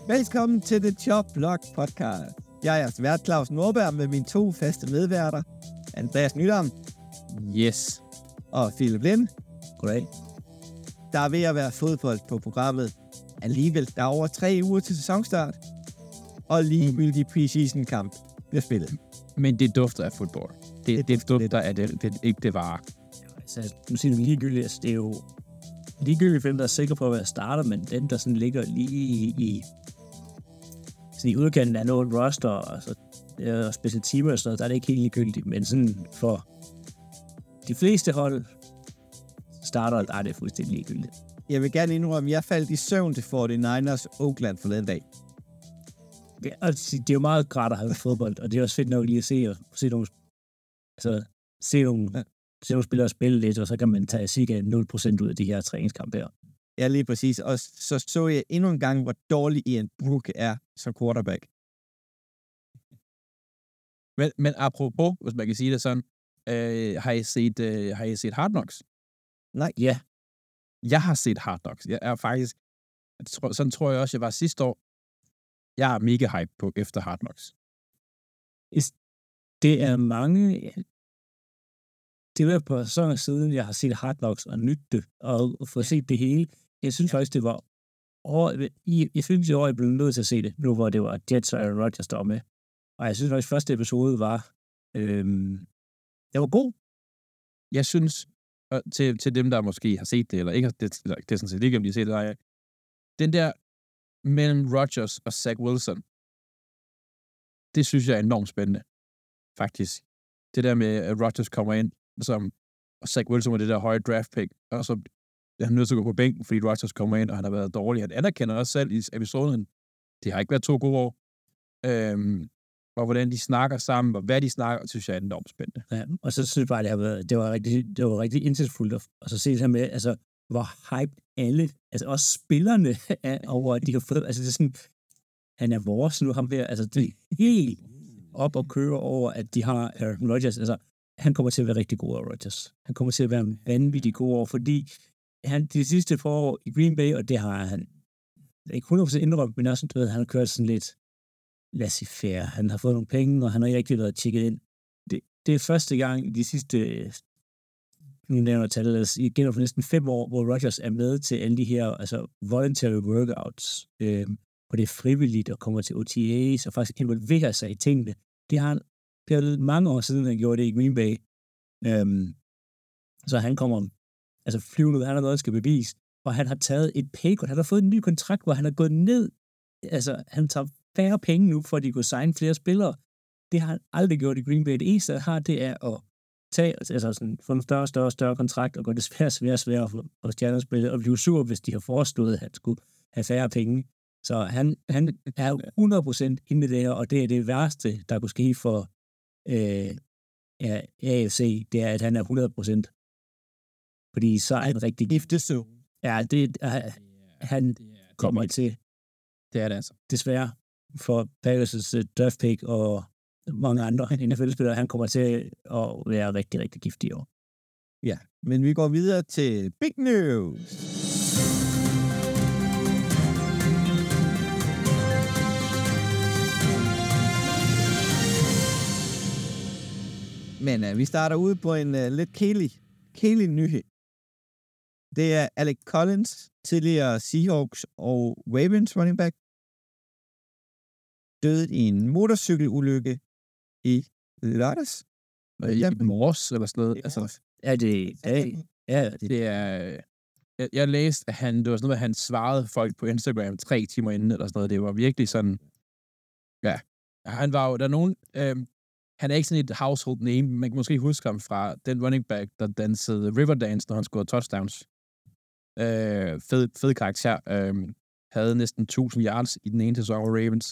Velkommen til The Chop Block Podcast. Jeg er jeres vært Claus Nordberg med mine 2 faste medværter, Andreas Nydam. Yes. Og Philip Lind. Goddag. Der er ved at være fodbold på programmet. Alligevel, der er over 3 uger til sæsonstart. Og ligegyldig preseason-kamp bliver spillet. Men det dufter af fodbold. Det dufter af det ikke det varer. Altså, nu siger du ligegyldigt, altså, det er jo ligegyldigt for dem, der er sikre på at være starter, men dem, der sådan ligger lige i udkanten af noget roster, altså, og specielle teamer og sådan noget, der er det ikke helt ligegyldigt, men sådan for de fleste hold starter, der er det fuldstændig ligegyldigt. Jeg vil gerne indrømme, at jeg faldt i søvn til 49ers Oakland forleden dag. Ja, altså, det er jo meget grædt at have fodbold, og det er også fedt nok lige at se nogle spillere spille lidt, og så kan man tage cirka 0% ud af de her træningskampe her. Ja, lige præcis. Og så jeg endnu en gang, hvor dårlig Ian Book er som quarterback. Men apropos, hvis man kan sige det sådan, har I set Hard Knocks? Nej. Ja. Jeg har set Hard Knocks. Jeg er faktisk, sådan tror jeg også, jeg var sidste år. Jeg er mega hype på efter Hard Knocks. Det er mange... Det var på sæsoner siden, jeg har set Hard Knocks og nydt det, og fået set det hele. Jeg synes faktisk, det var... Jeg synes i år, jeg blev nødt til at se det, nu hvor det var Jets og Aaron Rodgers, der var med. Og jeg synes faktisk, første episode var... det var god. Jeg synes, til dem, der måske har set det, eller ikke det er sådan set ikke, om de har set det, den der mellem Rodgers og Zach Wilson, det synes jeg er enormt spændende, faktisk. Det der med, at Rodgers kommer ind, og Zach Wilson var det der høje draft pick, og så er han nødt til at gå på bænken, fordi Rodgers kommer ind, og han har været dårlig. Han anerkender også selv i episoden, det har ikke været 2 gode år. Og hvordan de snakker sammen, og hvad de snakker, synes jeg er enormt spændende. Ja, og så synes jeg bare, det var rigtig indsigtsfuldt at så se det her med, altså, hvor hyped alle, altså også spillerne er over, at de har fået, altså det er sådan, han er vores nu, ham der, altså det er helt op og køre over, at de har Aaron Rodgers, altså han kommer til at være rigtig god over Rodgers. Han kommer til at være vanvittig god over, fordi han de sidste forår i Green Bay, og det har han ikke 100% indrømt, men også, du ved, han har kørt sådan lidt laissez-faire. Han har fået nogle penge, og han har ikke rigtig været tjekket ind. Det er første gang i de sidste, nu nævner tallet, igen for næsten 5 år, hvor Rodgers er med til alle de her, altså voluntary workouts, og det er frivilligt og kommer til OTAs, og faktisk involverer sig i tingene. Det har mange år siden, han gjorde det i Green Bay. Så han kommer, altså flyvende ud, han har noget, skal bevise, og han har taget et paycut, han har fået en ny kontrakt, hvor han har gået ned, altså han tager færre penge nu, for at de kunne signe flere spillere. Det har han aldrig gjort i Green Bay. Det eneste, han har, det er at tage, altså sådan, få en større kontrakt, og gå det sværere for stjernespillere, og blive sur, hvis de har foreslået, at han skulle have færre penge. Så han er 100% inde i det her, og det er det værste, der kunne ske for AFC, det er, at han er 100%. Fordi så er han rigtig giftesøvn. Ja, det han kommer til. Det er det altså. Desværre for Packers' draft pick og mange andre NFL-spillere, han kommer til at være rigtig, rigtig giftig i år. Ja, men vi går videre til Big News. Men vi starter ud på en lidt kedelig nyhed. Det er Alec Collins, tidligere Seahawks og Ravens running back, døde i en motorcykelulykke i lørdags. I morges, eller sådan noget. Altså, det er... Jeg læste, at det var sådan noget, at han svarede folk på Instagram 3 timer inden, eller sådan noget. Det var virkelig sådan... Ja. Han var jo... Der er nogen... han er ikke sådan et household name. Man kan måske huske ham fra den running back, der dansede Riverdance, når han scorede touchdowns. Fed karakter. Havde næsten 1000 yards i den ene sæson af Ravens.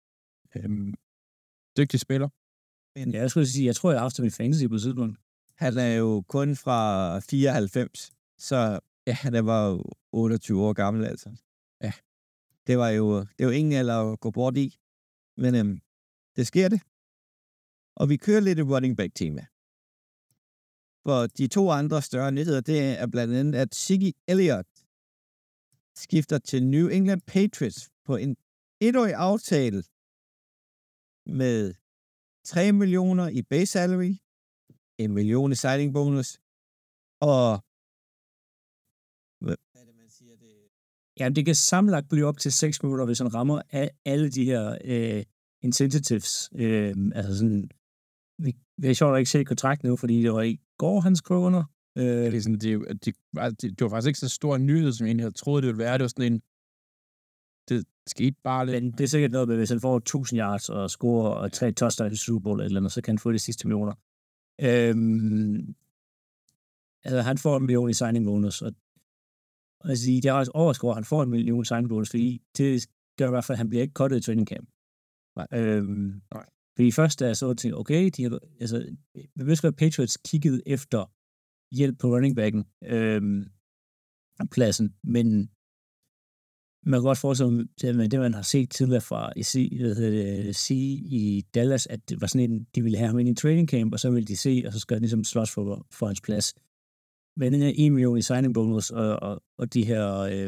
Dygtig spiller. Men jeg skulle sige, jeg tror, jeg har haft ham i fantasy på tidspunkt. Han er jo kun fra 94, så ja, han var jo 28 år gammel, altså. Ja. Det var jo ingen alder at gå bort i. Men det sker det. Og vi kører lidt et running back tema. For de 2 andre større nyheder, det er blandt andet, at Ziggy Elliott skifter til New England Patriots på en 1-årig aftale med 3 millioner i base salary, 1 million i signing bonus, og hvad er det, man siger det? Ja, det kan sammenlagt blive op til 6 millioner, hvis han rammer alle de her incentives. Altså sådan, vi har sjovt ikke set kontrakt nu, fordi det var i går, han skrev under. Det var faktisk ikke så stor en nyhed, som jeg egentlig havde troet, det ville være. Det var sådan en... Det skete bare lidt. Men det er sikkert noget med, hvis han får 1000 yards og scorer og 3 touchdowns i Super Bowl eller andet, så kan han få de sidste millioner. Altså, han får 1 million i signing bonus, og altså, det er også overskår, han får 1 million i signing bonus, fordi det gør i hvert fald, at han bliver ikke cuttet i training camp. Nej. Nej. Fordi først da jeg så tænkte, okay, vi vidste godt, Patriots kiggede efter hjælp på running backen pladsen, men man kan godt forestille sig, at det, man har set tidligere fra C i Dallas, at det var sådan en, de ville have ham ind i training camp, og så ville de se, og så skal han ligesom slås for hans plads. Men den her 1 million i signing bonus, og de her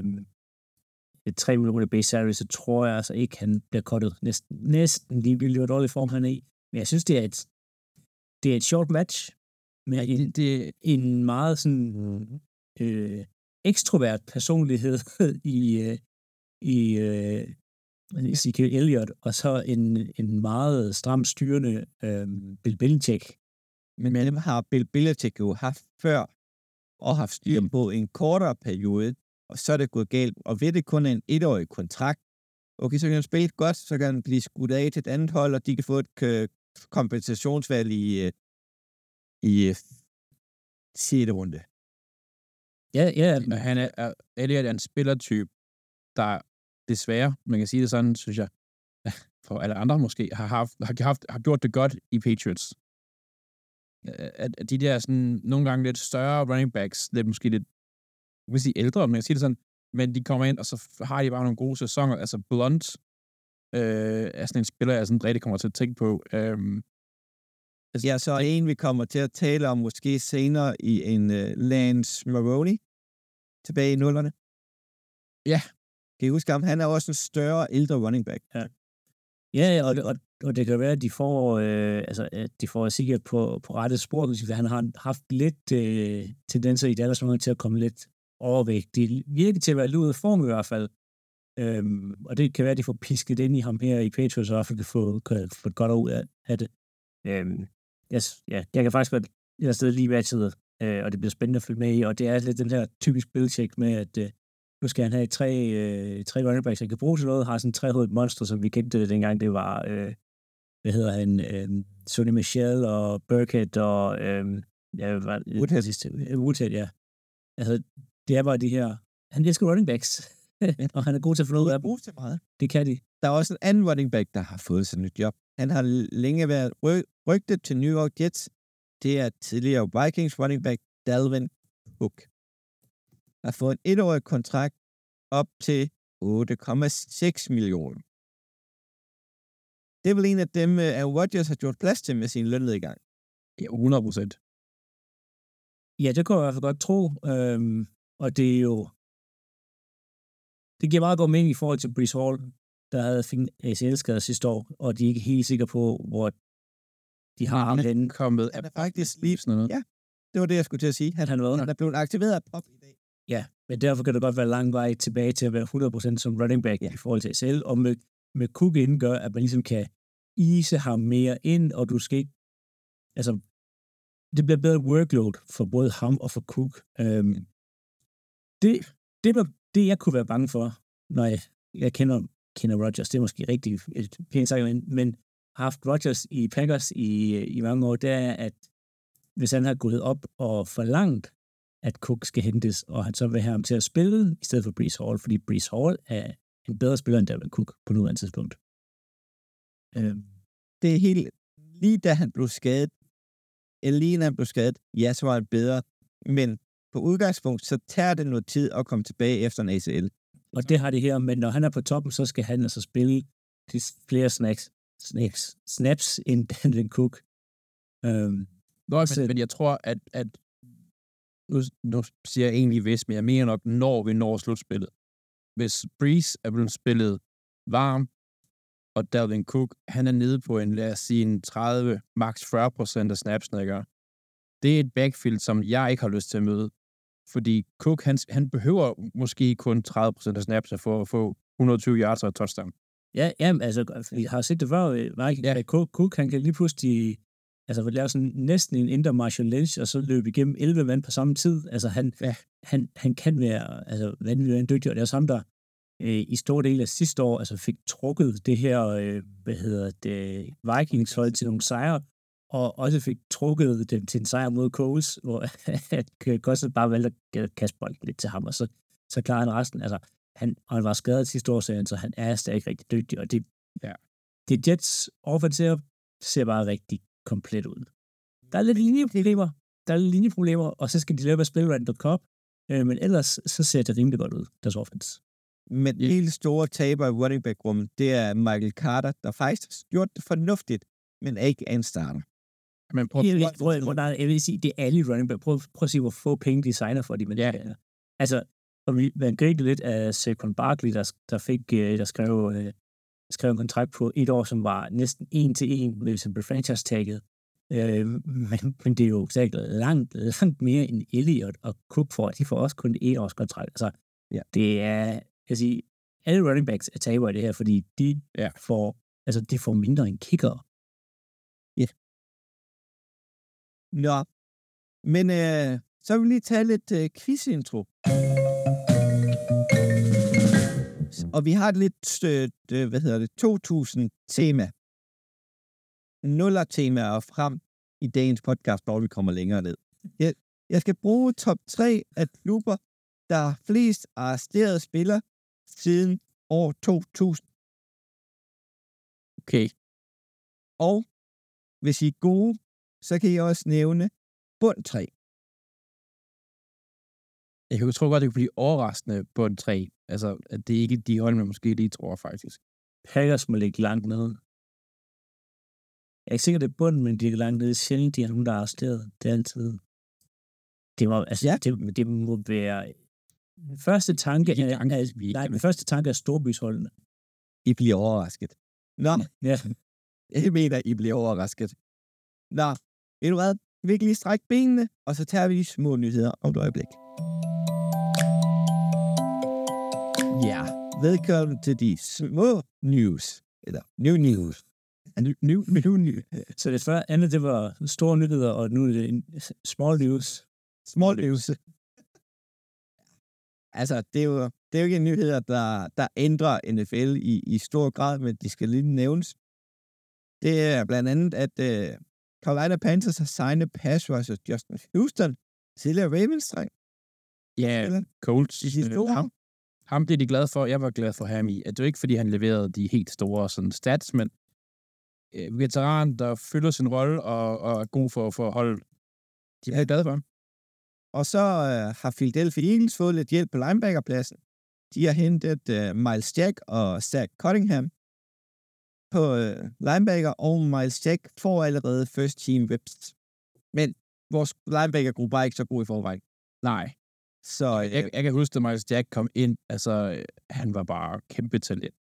3 millioner base salary, så tror jeg altså ikke, han bliver cuttet næsten ligegyldigt, hvor dårlig form han er i. Men jeg synes, det er et short match, med en meget sådan ekstrovert personlighed i Ezekiel Elliott, og så en meget stram styrende Bill Belichick. Men dem har Bill Belichick jo haft før, og haft styr på en kortere periode, og så er det gået galt. Og ved det kun er en 1-årig kontrakt, okay, så kan han spille godt, så kan han blive skudt af til et andet hold, og de kan få et kompensationsvalg i 6. runde. Ja. Elliott er en spillertype, der desværre, man kan sige det sådan, synes jeg, for alle andre måske, har gjort det godt i Patriots. At de der sådan, nogle gange lidt større running backs, lidt måske lidt, jeg vil sige ældre, men jeg siger det sådan, men de kommer ind, og så har de bare nogle gode sæsoner. Altså Blunt er sådan en spiller, jeg sådan rigtig kommer til at tænke på. Ja, så en, vi kommer til at tale om måske senere i en Lance Maroney, tilbage i 0'erne. Ja. Kan I huske ham? Han er også en større, ældre running back. Ja, og det kan være, at de får sikkert på rette spor, fordi han har haft lidt tendenser i Dallas til at komme lidt overvægt. Det virker til at være luet form i hvert fald. Og det kan være, at de får pisket ind i ham her i Patriots, og i hvert fald kan få et godt ud af det. Jeg kan faktisk godt et sted lige matchet, og det bliver spændende at følge med i, og det er lidt den her typisk Belichick med, at nu skal han have tre running backs, han kan bruge til noget, har sådan en trehovedet monster, som vi kendte det dengang, det var, hvad hedder han, Sonny Michel og Burkhead og, Woodhead, ja. Altså, det er bare de her, han elsker running backs, og han er god til at få noget ud af dem. Til meget. Det kan de. Der er også en anden running back, der har fået sådan et job. Han har længe været rygtet til New York Jets. Det er tidligere Vikings running back, Dalvin Cook. Har fået en 1-årig kontrakt op til 8,6 millioner. Det er vel en af dem, Aaron Rodgers har gjort plads til med sin lønnedgang. Ja, 100%. Ja, det kunne jeg i hvert fald godt tro. Og det er jo... Det giver meget god mening i forhold til Breece Hall, der havde fået ACL-skader sidste år, og de er ikke helt sikre på, hvor de har ham henne. Han er faktisk lige sådan noget. Ja, det var det, jeg skulle til at sige. Han er blevet aktiveret af Pop i dag. Ja, men derfor kan det godt være lang vej tilbage til at være 100% som running back i forhold til ACL, og med Cook inden gør, at man ligesom kan ise ham mere ind, og du skal ikke... Altså, det bliver bedre workload for både ham og for Cook. Det jeg kunne være bange for, når jeg kender Rodgers, det er måske rigtig pænt sagt, men har haft Rodgers i Packers i mange år, det er, at hvis han har gået op og forlangt, at Cook skal hentes, og han så vil have ham til at spille, i stedet for Breece Hall, fordi Breece Hall er en bedre spiller end Dalvin Cook på nuværende tidspunkt. Det er helt... Lige da han blev skadet, ja, så var han bedre, men på udgangspunkt, så tager det noget tid at komme tilbage efter en ACL. Og det har det her, men når han er på toppen, så skal han altså spille flere snaps end Dalvin Cook. Men jeg tror, at nu siger jeg egentlig hvis, men jeg mener nok, når vi når slutspillet. Hvis Breece er blevet spillet varm, og Dalvin Cook, han er nede på en, lad os sige, en 30, max 40% af snapsene, ikke? Det er et backfield, som jeg ikke har lyst til at møde. Fordi Cook, han behøver måske kun 30% af snaps for at få 120 yards og et touchdown. Ja, altså, vi har set det før, Cook, han kan lige pludselig lave sådan næsten en indre Marshall Lynch, og så løbe igennem 11 mand på samme tid. Altså, han kan være vanvittigt dygtig, og det er også ham, der i store del af sidste år fik trukket det her, Vikings-hold til nogle sejre, og også fik trukket dem til en sejr mod Coles, hvor Gossett bare valgte at kaste bolden lidt til ham, og så klarer han resten. Altså, han var skadet sidste år, så han er stadig rigtig dygtig, og det Jets offensive ser bare rigtig komplet ud. Der er lidt linjeproblemer, og så skal de løbe at spille Randall Cobb, men ellers så ser det rimelig godt ud, deres offense. Men helt store taber i running back-rummet, det er Michael Carter, der faktisk har gjort det fornuftigt, men ikke er en starter. Men jeg vil sige, det er alle running back. Prøv at se, hvor få penge de signer for de mennesker. Altså, og man grinte lidt af Saquon Barkley, der skrev en kontrakt på 1 år, som var næsten 1-1, hvis han blev franchise-tagget. Men det er jo langt mere end Elliott og Cook for. De får også kun 1 års kontrakt. Altså, det er, jeg siger, alle running backs er taber i det her, fordi de får mindre end kicker. Ja. Nå, men så vil vi lige tage lidt quiz-intro. Og vi har et lidt, 2000-tema. Nuller-temaer frem i dagens podcast, hvor vi kommer længere ned. Jeg skal bruge top 3 af klubber, der er flest arresterede spillere siden år 2000. Okay. Og hvis I er gode, så kan I også nævne bund 3. Jeg tror godt, det kan blive overraskende bund 3. Altså, at det ikke de hold, man måske lige tror, faktisk. Packers må ligge langt nede. Jeg er ikke sikker, det er bunden, men de er langt nede. Sjældent, de er nogen, der er arresteret. Det er altid. Det må være... Første tanke er storbysholdene. I bliver overrasket. Nå, ja. Jeg mener, I bliver overrasket. Nå, ved du hvad? Vi kan lige strække benene, og så tager vi de små nyheder om et øjeblik. Ja, velkommen til de små news. Eller new news. New news. Så det før andet, det var store nyheder, og nu er det small news. Small news. Altså, det er jo ikke nyheder, der ændrer NFL i stor grad, men de skal lige nævnes. Det er blandt andet, at Carolina Panthers har signet pass rusher Justin Houston, tidligere Ravens-dreng. Ja, Colts. Ham blev de glade for. Jeg var glad for ham i. Det er ikke, fordi han leverede de helt store sådan, stats, men veteran, der fylder sin rolle og er god for holdet. De er glade for ham. Og så har Philadelphia Eagles fået lidt hjælp på linebackerpladsen. De har hentet Miles Jack og Zach Cunningham på linebacker, og Miles Jack får allerede first team reps. Men vores linebackergruppe er ikke så god i forvejen. Nej. Så jeg kan huske, at Miles Jack kom ind, altså han var bare kæmpe talent.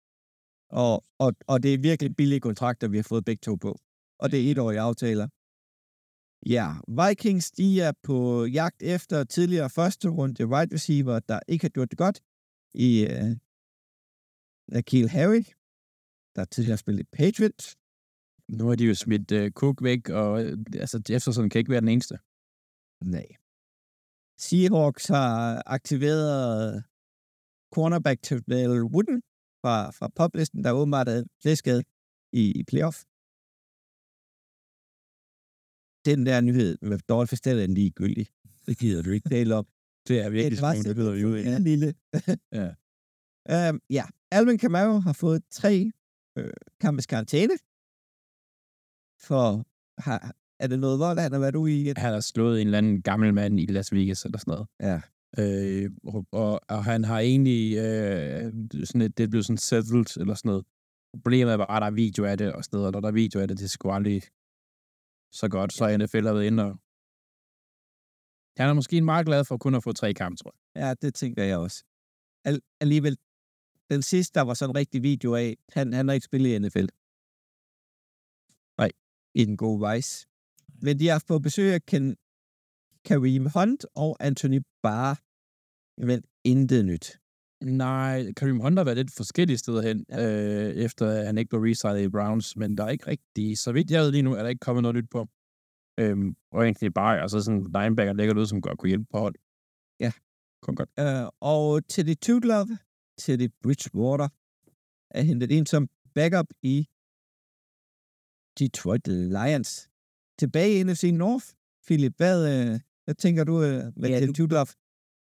Og det er virkelig billige kontrakter, vi har fået begge to på. Og det er 1-årige aftaler. Ja, Vikings, de er på jagt efter tidligere første runde wide receiver, der ikke har gjort det godt i N'Keal Harry, der tidligere har spillet i Patriots. Nu har de jo smidt Cook væk, og altså Jefferson kan ikke være den eneste. Nej. Seahawks har aktiveret cornerback Terrell Wooden fra poplisten, der åbenbart er flæsket i playoff. Den der nyhed med Dolphins, det er ligegyldig. Det gider du ikke tale om. Det er virkelig sådan, det lyder jo ikke. Ja, lille. Ja. Alvin Kamara har fået 3 kampes karantæne. For er det noget vold, han har været ude i? Han har slået en eller anden gammel mand i Las Vegas eller sådan noget. Ja. Og han har egentlig det er blevet sådan settled eller sådan noget. Problemet er bare, at der er video af det og sådan noget, og når der er video af det, det er sgu aldrig så godt, så er NFL været inde. Han er måske meget glad for kun at få 3 kampe, tror jeg. Ja, det tænker jeg også. Alligevel, den sidste, der var sådan en rigtig video af, han har ikke spillet i NFL. Nej, i den gode Vice. Men de har fået besøg af Kareem Hunt og Anthony Barr. Men intet nyt. Nej, Kareem Hunt har været lidt forskellige steder hen, efter han ikke blev resigned i Browns, men der er ikke rigtig, så vidt jeg ved lige nu, er der ikke kommet noget nyt på. Og egentlig bare, altså sådan linebacker lægger ud, som godt kunne hjælpe på hold. Ja. Kom godt. Og Teddy Two Glove, Teddy Bridgewater, er hentet ind som backup i Detroit Lions. Tilbage i NFC North. Philip, hvad tænker du med Teddy Two Glove?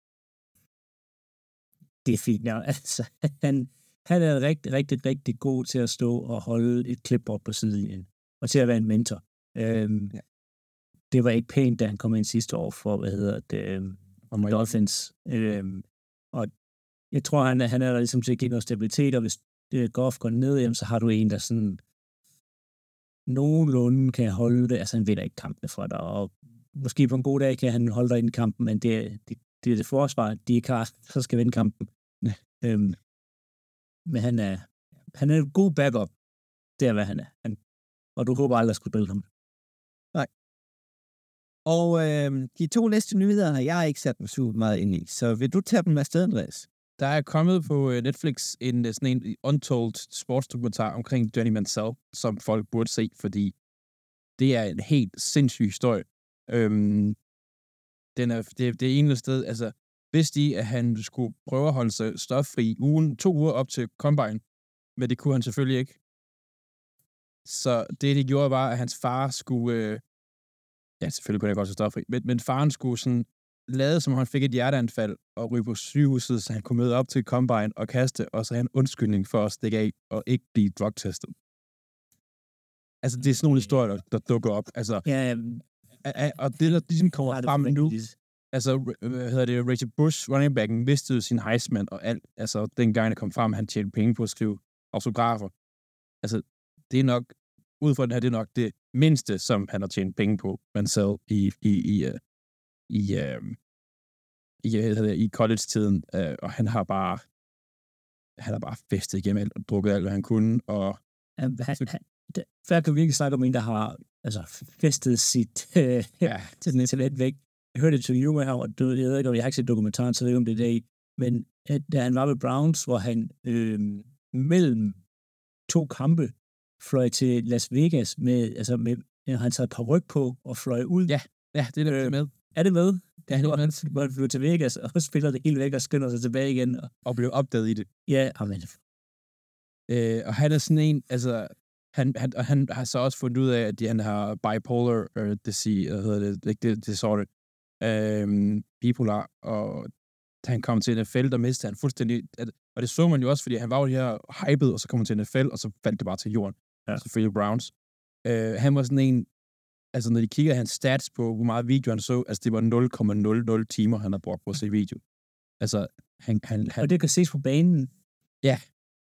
Det er fint. Altså, han er rigtig, rigtig, rigtig god til at stå og holde et clipboard på sidelinjen. Og til at være en mentor. Det var ikke pænt, da han kom ind sidste år for, Dolphins. Og jeg tror, han er der ligesom til at give noget stabilitet, og hvis Goff går ned, så har du en, der sådan nogenlunde kan holde det. Altså, han vinder ikke kampene for dig, og måske på en god dag kan han holde dig ind i kampen, men det er det forsvar, de ikke har, så skal vinde kampen. Men han er en god backup. Det er, hvad han er. Og du håber aldrig at skulle spille ham. Nej. Og de to næste nyheder har jeg ikke sat mig super meget ind i, så vil du tage dem afsted, Andreas? Der er kommet på Netflix sådan en untold sportsdokumentar omkring Johnny Manziel, som folk burde se, fordi det er en helt sindssyg historie. Det ene sted, altså vidste de, at han skulle prøve at holde sig stoffri 2 uger op til Combine, men det kunne han selvfølgelig ikke. Så det, de gjorde, var, at hans far skulle, selvfølgelig kunne han godt være stoffri, men faren skulle sådan lade, som han fik et hjerteanfald og ryge på sygehuset, så han kunne møde op til Combine og kaste, og så have en undskyldning for at stikke af og ikke blive drugtestet. Altså, det er sådan nogle historier, der dukker op. Altså, og det, der ligesom kommer frem nu, altså, Reggie Bush, running backen, mistede sin Heisman og alt. Altså, dengang det kom frem, han tjente penge på at skrive autografer. Altså, det er nok, ud fra den her, det er nok det mindste, som han har tjent penge på, Manziel i college-tiden, og han har bare festet igennem alt og drukket alt, hvad han kunne, og før kan vi ikke snakke om en, der har festet sit talent væk. Jeg hørte et interview med ham, og jeg ved ikke, om jeg har ikke set dokumentaren, så jeg ved ikke, om det er det, men da han var ved Browns, hvor han mellem 2 kampe fløj til Las Vegas med han taget et par ryg på og fløj ud. Ja, det er det med. Er det med? Ja, hvor han flyver til Vegas og spiller det hele væk og skynder sig tilbage igen. Og blev opdaget i det. Ja, amen. Og han er sådan en, altså, han har så også fundet ud af, at han har bipolar disorder, bipolar, og da han kom til NFL, der mistede han fuldstændig, og det så man jo også, fordi han var jo her hyped, og så kom han til NFL, og så faldt det bare til jorden. Ja. Selvfølgelig Browns. Han var sådan en, altså når de kigger hans stats på, hvor meget video han så, altså det var 0,00 timer, han har brugt på at se video. Altså, han og det kan ses på banen. Ja.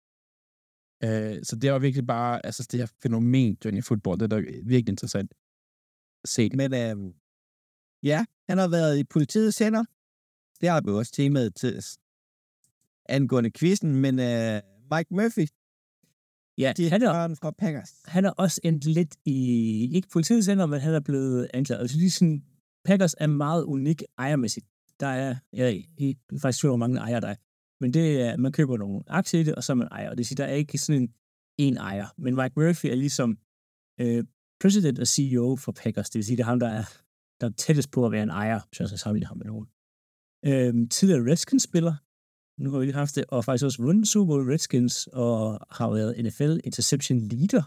Så det var virkelig bare, altså det her fænomen, Johnny Football, det er da virkelig interessant at se. Men ja, han har været i politiets hænder. Det har vi også temaet til angående quizzen, men Mike Murphy, ja, fra Packers. Han er også endt lidt i, ikke politiets hænder, men han er blevet anklaget. Altså sådan, Packers er meget unik ejermæssigt. Der er, jeg faktisk tror, hvor mange ejer der er. Men det er, man køber nogle aktier i det, og så er man ejer. Og det siger, der er ikke sådan en ejer. Men Mike Murphy er ligesom president og CEO for Packers. Det vil sige, det er ham, der er tættest på at være en ejer, så jeg sammenligner ham med nogen. Tidligere Redskins-spiller, nu har vi lige haft det, og faktisk også vundet Super Bowl Redskins, og har været NFL Interception Leader.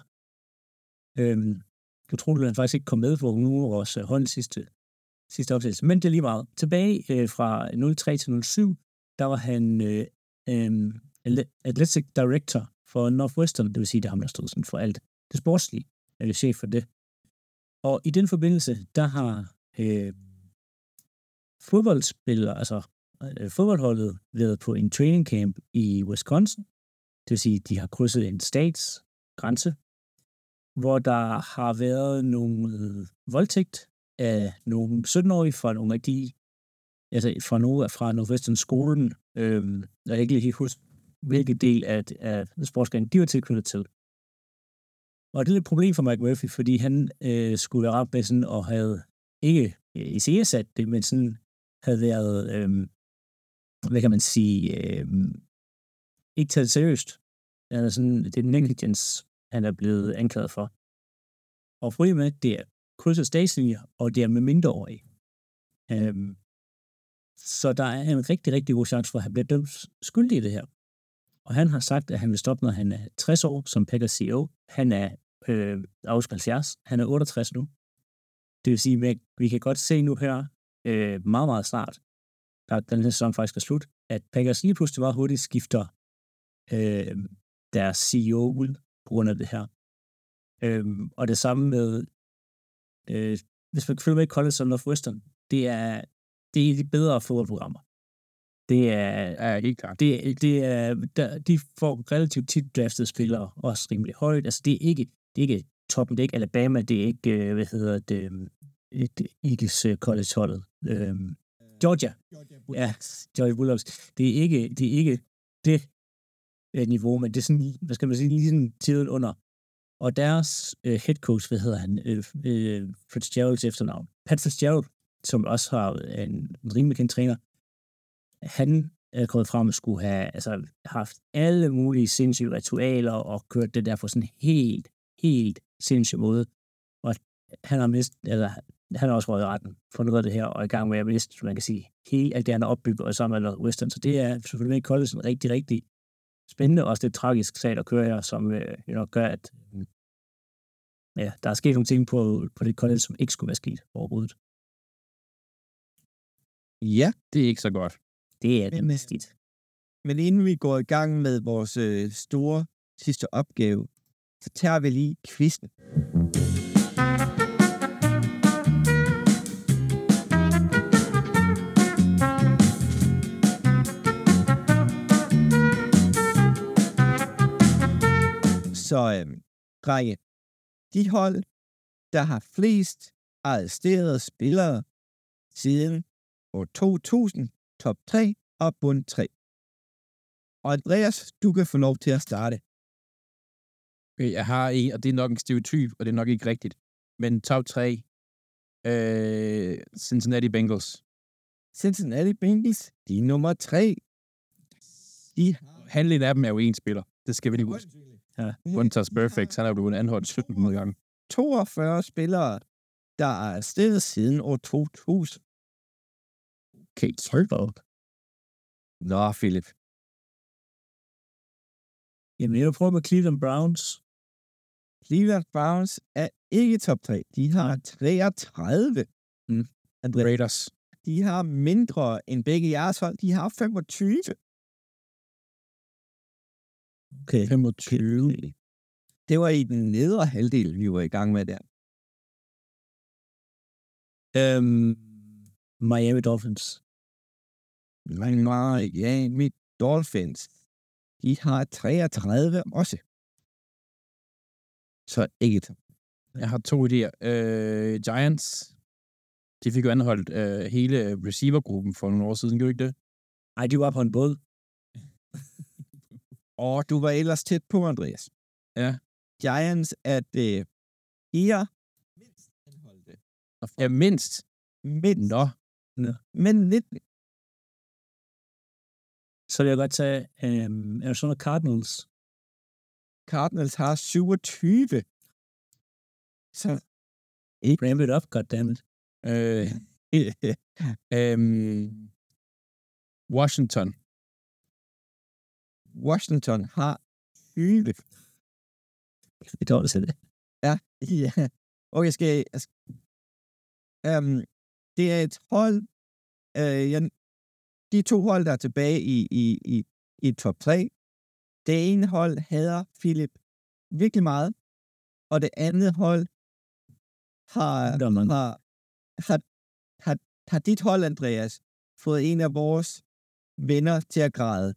Jeg tror, at han faktisk ikke kom med for nu vores hold sidste opsættelse. Men det er lige meget. Tilbage fra 03 til 07, der var han Athletic Director for Northwestern, det vil sige, det er ham, der stod sådan for alt det sportslige, eller chef for det. Og i den forbindelse, der har fodboldholdet været på en training camp i Wisconsin, det vil sige, de har krydset en statsgrænse, hvor der har været nogle voldtægt af nogle 17-årige fra nogle af de, fra Northwestern skolen, jeg kan ikke lige huske, hvilken del af sportsgren de var tilknyttet til. Og det er et problem for Mike Murphy, fordi han skulle være ramt med sådan, og havde ikke iscenesat det, men sådan havde været, hvad kan man sige, ikke taget seriøst. Det er negligence, han er blevet anklaget for. Og problemet er, det er krydset statslinjer, og det er med mindreårige. Så der er en rigtig, rigtig god chance for, at han bliver dømt skyldig i det her. Og han har sagt, at han vil stoppe, når han er 60 år, som Packers CEO. Han er afskud 70. Han er 68 nu. Det vil sige, at vi kan godt se nu her, meget, meget snart, da den her sæson faktisk er slut, at Packers lige pludselig meget hurtigt skifter deres CEO ud på grund af det her. Og det samme med, hvis man følger med i College og Northwestern, det er de bedre fodboldprogrammer. Det er helt klart. De får relativt tit draftede spillere, også rimelig højt. Altså, det er ikke toppen, det er ikke Alabama, det er ikke, Eagles college-holdet. Georgia. Ja, Georgia Bulldogs. Det er ikke det niveau, men det er sådan, hvad skal man sige, lige sådan tiden under. Og deres head coach, hvad hedder han? Fitzgeralds efternavn. Pat Fitzgerald, som også har en rimelig kendt træner, han er kommet frem og skulle have haft alle mulige sindssyge ritualer og kørt det der på sådan en helt sindssyg måde. Og han har også røget i retten for noget af det her, og i gang med at miste, man kan sige, hele alt det, han har opbygget, og sammen med Western. Så det er selvfølgelig med college en rigtig, rigtig spændende, og også det tragisk sag, der kører her, som gør, at der er sket nogle ting på det college, som ikke skulle være sket overhovedet. Ja, det er ikke så godt. Det er det skidt. Men inden vi går i gang med vores store sidste opgave, så tager vi lige quizzen. Så, drenge, de hold, der har flest arresterede spillere siden år 2000, top 3 og bund 3. Og Andreas, du kan få lov til at starte. Jeg har en, og det er nok en stereotyp, og det er nok ikke rigtigt. Men top 3, Cincinnati Bengals. Cincinnati Bengals, de er nummer 3. Halvdelen af dem er jo en spiller. Det skal vi lige huske. Ja. Quintus Perfect, han er blevet anholdt 1700 gange. 42 spillere, der er afsted siden år 2000. Okay, hold da op. Nå, Philip. Jamen, jeg vil prøve med Cleveland Browns. Cleveland Browns er ikke top 3. De har 33. Raiders. De har mindre end begge jeres hold. De har 25. Okay. 25. Det var i den nedre halvdel, vi var i gang med der. Miami Dolphins. Miami Dolphins. De har 33 også. Så ikke. Jeg har 2 idéer. Giants. De fik jo anholdt hele receivergruppen for nogle år siden, gjorde ikke det? Ej, de var på en båd. Og du var ellers tæt på, Andreas. Ja. Giants er det her mindst anholdte. Ja, mindst. Nå. Men lidt. Så vil jeg godt tage Arizona Cardinals. Cardinals har 27. Så ramp it up, goddammit. Washington. Washington har 20. Det er dårligt til det. Ja. Og jeg skal det er et hold, de 2 hold, der er tilbage i top 3. Det ene hold hader Philip virkelig meget, og det andet hold har dit hold, Andreas, fået en af vores venner til at græde.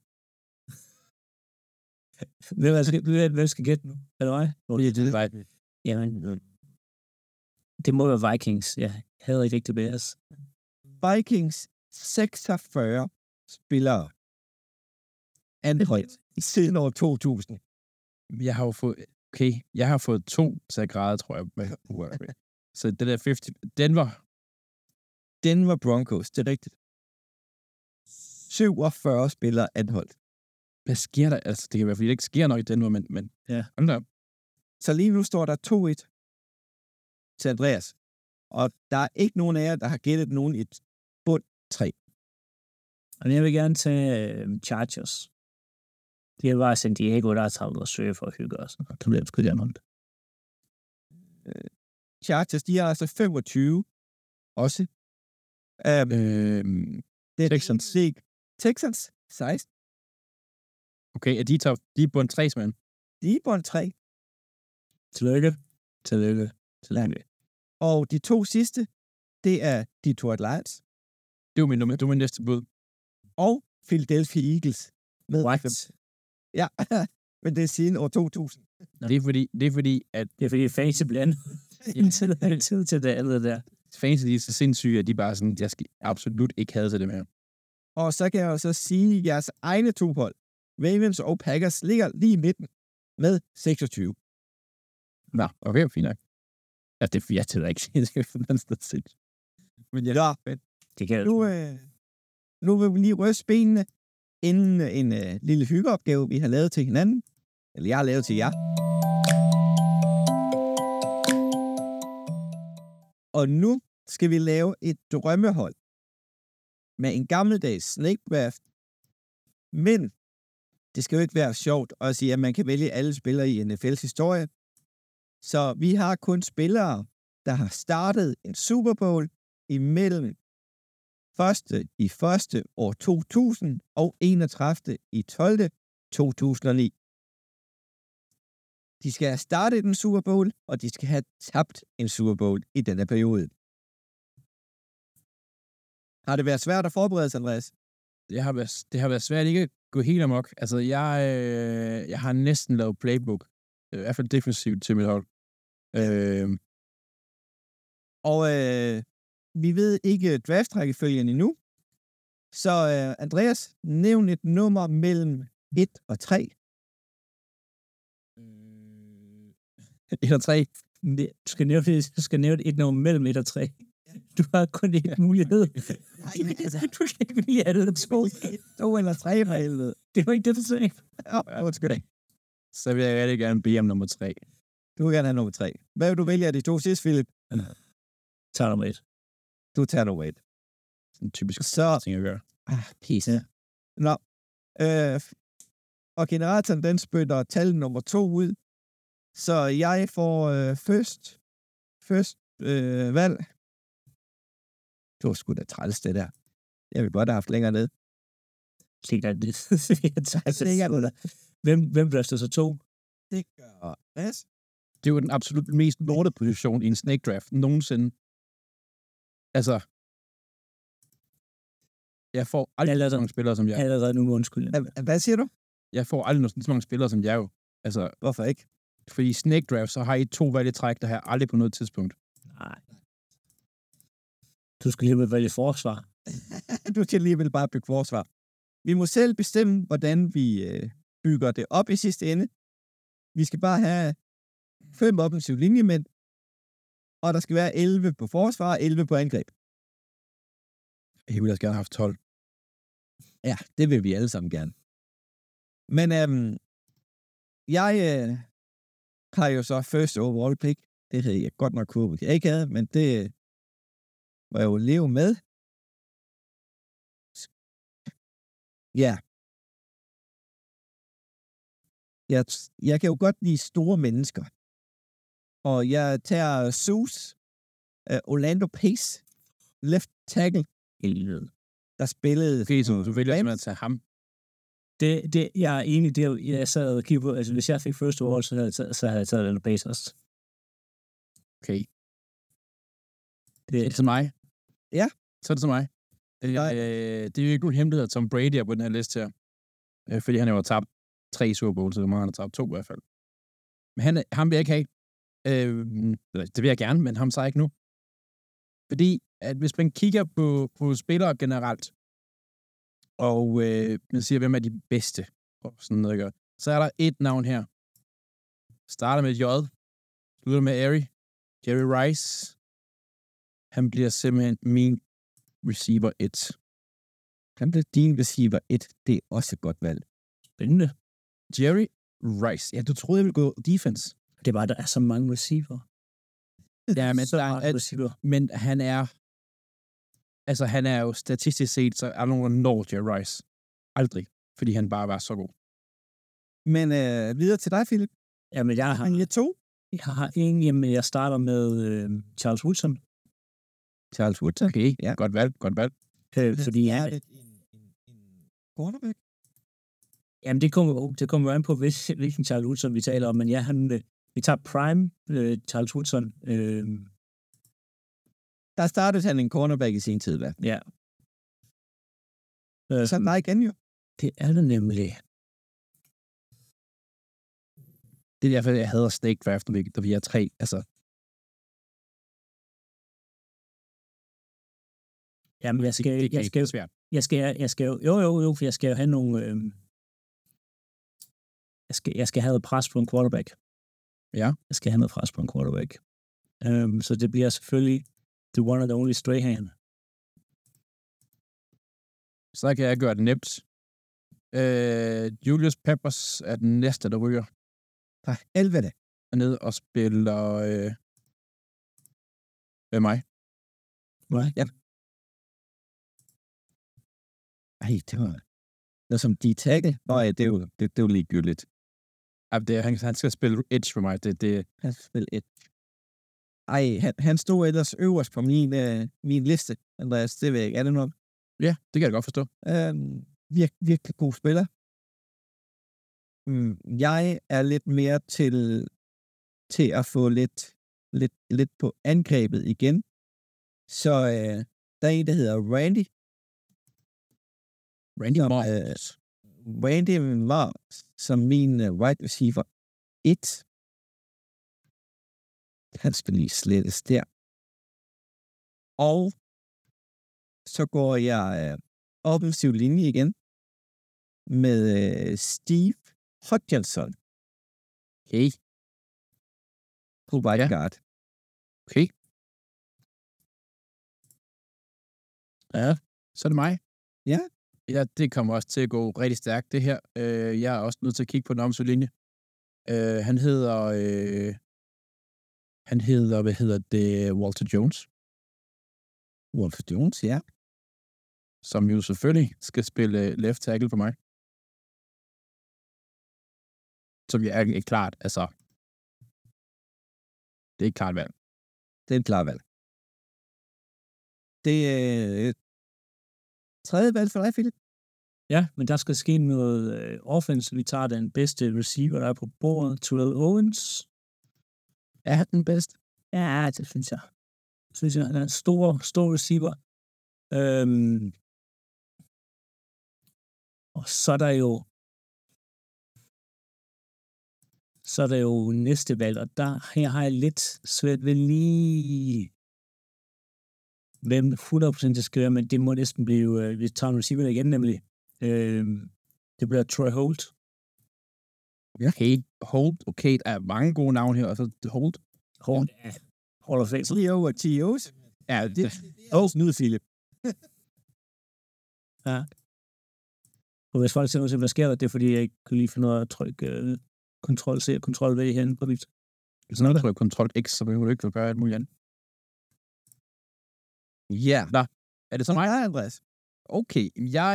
Hvem skal gætte nu? Er det mig? Jamen, det må være Vikings. Jeg havde ikke rigtig Bears. Vikings 46 spillere anholdt. siden år 2000. Jeg har fået 2 grader, tror jeg. Så det der 50, Denver Broncos, det er rigtigt. 47 spillere anholdt. Hvad sker der? Altså, det kan være, fordi det ikke sker nok i Denver, men Ja. hold da op. Så lige nu står der 2-1 til Andreas. Og der er ikke nogen af jer, der har gættet nogen i et bund 3. Og jeg vil gerne tage Chargers. Det er bare San Diego, der er travlt og søge for at hygge os. Det bliver sgu gerne holdt. Chargers, de har altså 25 også. Det er Texans. Texans 16. Okay, de er på en 3, mand. De er på en 3. Tillykke. Og de 2 sidste, det er Detroit Lions Det var min næste bud. og Philadelphia Eagles. Med What? 5. Ja, men det er siden år 2000. Det er fordi, at Det er fordi fancy blandt indtil til det andet der. fans de er så sindssyge, at de bare sådan, jeg skal absolut ikke have til det mere. Og så kan jeg jo så sige, at jeres egne 2 hold, Ravens og Packers, ligger lige i midten med 26. Nå, okay, fint nok. Ja, det jeg tæller ikke sige, det er den sted sindssygt. Men ja, Det kan nu vil vi lige ryste benene, inden en lille hyggeopgave, vi har lavet til hinanden. Eller jeg har lavet til jer. Og nu skal vi lave et drømmehold med en gammeldags snake draft. Men det skal jo ikke være sjovt at sige, at man kan vælge alle spillere i NFL's historie. Så vi har kun spillere, der har startet en Super Bowl imellem 1. år 2000 og 31. i 12. 2009. De skal have startet en Super Bowl, og de skal have tabt en Super Bowl i denne periode. Har det været svært at forberede sig, Andreas? Det har været svært ikke at gå helt amok. Altså, jeg har næsten lavet playbook. I hvert fald defensivt til mit hold. Vi ved ikke draft-rækkefølgen endnu. Så Andreas, nævn et nummer mellem 1 og 3. 1 og 3. Du skal nævne et nummer mellem 1 og 3. Du har kun én mulighed. Du kan ikke vælge andet end 2. 2 eller 3 for helvede. Det var ikke det, du sagde. Undskyld. Så vil jeg rigtig gerne bede om nummer 3. Du vil gerne have nummer 3. Hvad vil du vælge af de 2 sidste, Philip? Tag nummer 1. Du tager nummer 1. Sådan en typisk ting at gøre. Pisse. Ja. Nå. Og generatoren, den spytter tal nummer 2 ud. Så jeg får først valg. Det var sgu da træls, det der. Jeg vil godt have haft længere ned. Sikkert det. Hvem drafter så 2? Det gør Res. Det er jo den absolut mest lortede position i en snake draft nogensinde. Altså, jeg får aldrig så mange spillere som jeg. Allerede nu undskyld. Hvad siger du? Jeg får aldrig så mange spillere som jeg jo. Altså, hvorfor ikke? Fordi snake draft, så har I 2 valg i træk, der har jeg aldrig på noget tidspunkt. Nej. Du skal lige vælge forsvar. Du skal alligevel bare bygge forsvar. Vi må selv bestemme, hvordan vi bygger det op i sidste ende. Vi skal bare have 5 offensive linjemænd, og der skal være 11 på forsvar og 11 på angreb. Jeg ville også gerne have haft 12. Ja, det vil vi alle sammen gerne. Men jeg har jo så first overall pick. Det havde jeg godt nok håbet, jeg ikke havde, men det var jo leve med. Ja. Jeg kan jo godt lide store mennesker. Og jeg tager Zeus, Orlando Pace, left tackle, der spillede. Okay, så du vælger simpelthen at tage ham. Jeg er enig, jeg sad og kiggede på, altså hvis jeg fik first overall, så havde jeg taget Orlando Pace også. Okay. Det er til mig. Ja. Så er det til mig. Det er jo ikke nogen hemmelighed, at Tom Brady er på den her liste her. Fordi han jo har tabt 3 Super Bowls, så han har tabt 2 i hvert fald. Men ham vil jeg ikke have. Det vil jeg gerne, men ham så ikke nu. Fordi, at hvis man kigger på spillere generelt, og man siger, hvem er de bedste sådan noget, ikke? Så er der et navn her. Starter med J, slutter med Ari. Jerry Rice. Han bliver simpelthen min receiver 1. Han bliver din receiver 1. Det er også et godt valg. Spændende. Jerry Rice. Ja, du troede, jeg ville gå defense. Det er bare, der er så mange receiver. Ja, men, Så mange receiver. men han er jo statistisk set, så er der nogen, der når Jerry Rice. Aldrig. Fordi han bare var så god. Men videre til dig, Philip. Jamen, jeg har en, jamen, jeg starter med Charles Woodson. Charles Woodson. Okay, Ja. godt valg. Fordi er det en quarterback? Jamen, det kommer an på, hvilken Charles Woodson vi taler om. Men ja, vi tager prime Charles Woodson. Der startede han en cornerback i sin tid, hvad? Ja. Så nej igen jo. Det er det nemlig. Det er derfor, jeg hader snake draft, når vi er 3. Altså, Jamen, jeg skal jo have nogle, jeg skal have noget pres på en quarterback. Ja. Jeg skal have noget pres på en quarterback. Så det bliver selvfølgelig the one and only Strahan. Så kan jeg gøre det nemt. Julius Peppers er den næste, der ryger. For helvede. Er nede og spiller med mig. Right. Ja. Ej, det var som de tackle. Nej, det er jo ligegyldigt. Han skal spille edge for mig. Han skal spille edge. Ej, han stod ellers øverst på min liste, Andreas. Det ved jeg ikke. Er det noget? Ja, det kan jeg godt forstå. Virkelig god spiller. Jeg er lidt mere til at få lidt på angrebet igen. Så der er en, der hedder Randy. Randy var som min wide receiver 1. Han skal lige slettes der. Og så går jeg offensiv linje igen med Steve Hodgkinson. Okay. På right guard. Okay. Ja, så er det mig. Ja. Ja, det kommer også til at gå rigtig stærkt, det her. Jeg er også nødt til at kigge på den offensive linje. Han hedder, hvad hedder det, Walter Jones. Walter Jones, ja. Som jo selvfølgelig skal spille left tackle for mig. Som jeg er klart, altså. Det er et klart valg. Det er et klart valg. Det er tredje valg for dig, Philip. Ja, men der skal ske noget offense. Vi tager den bedste receiver, der er på bordet. Terrell Owens. Er han den bedste? Ja, det synes jeg. Han er en stor receiver. Og så er der jo næste valg, og her har jeg lidt svært ved lige hvem 100% det skal være, men det må næsten blive, vi tager en receiver igen nemlig. Det bliver Troy Holt. Ja. Okay, der er mange gode navne her, og så Holt. Ja. Hall of Fame. Trio og Tios. Ja, det Snyd, Philip. Ja. Og hvis folk ser hvad sker der, det er fordi, jeg ikke kan lige finde noget at trykke Ctrl-C og Ctrl-V herinde på mit. Hvis man trykker Ctrl-X, så behøver du ikke at gøre alt muligt andet. Ja. Nå, er det så mig? Ja, Andreas. Okay, jeg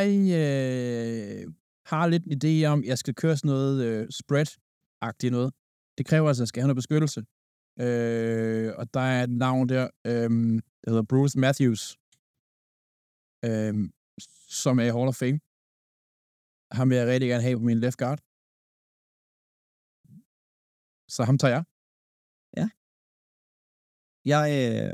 har lidt en idé om, at jeg skal køre sådan noget spread-agtigt noget. Det kræver altså, at jeg skal have noget beskyttelse. Og der er et navn der, der hedder Bruce Matthews, som er i Hall of Fame. Ham vil jeg rigtig gerne have på min left guard. Så ham tager jeg. Ja. Jeg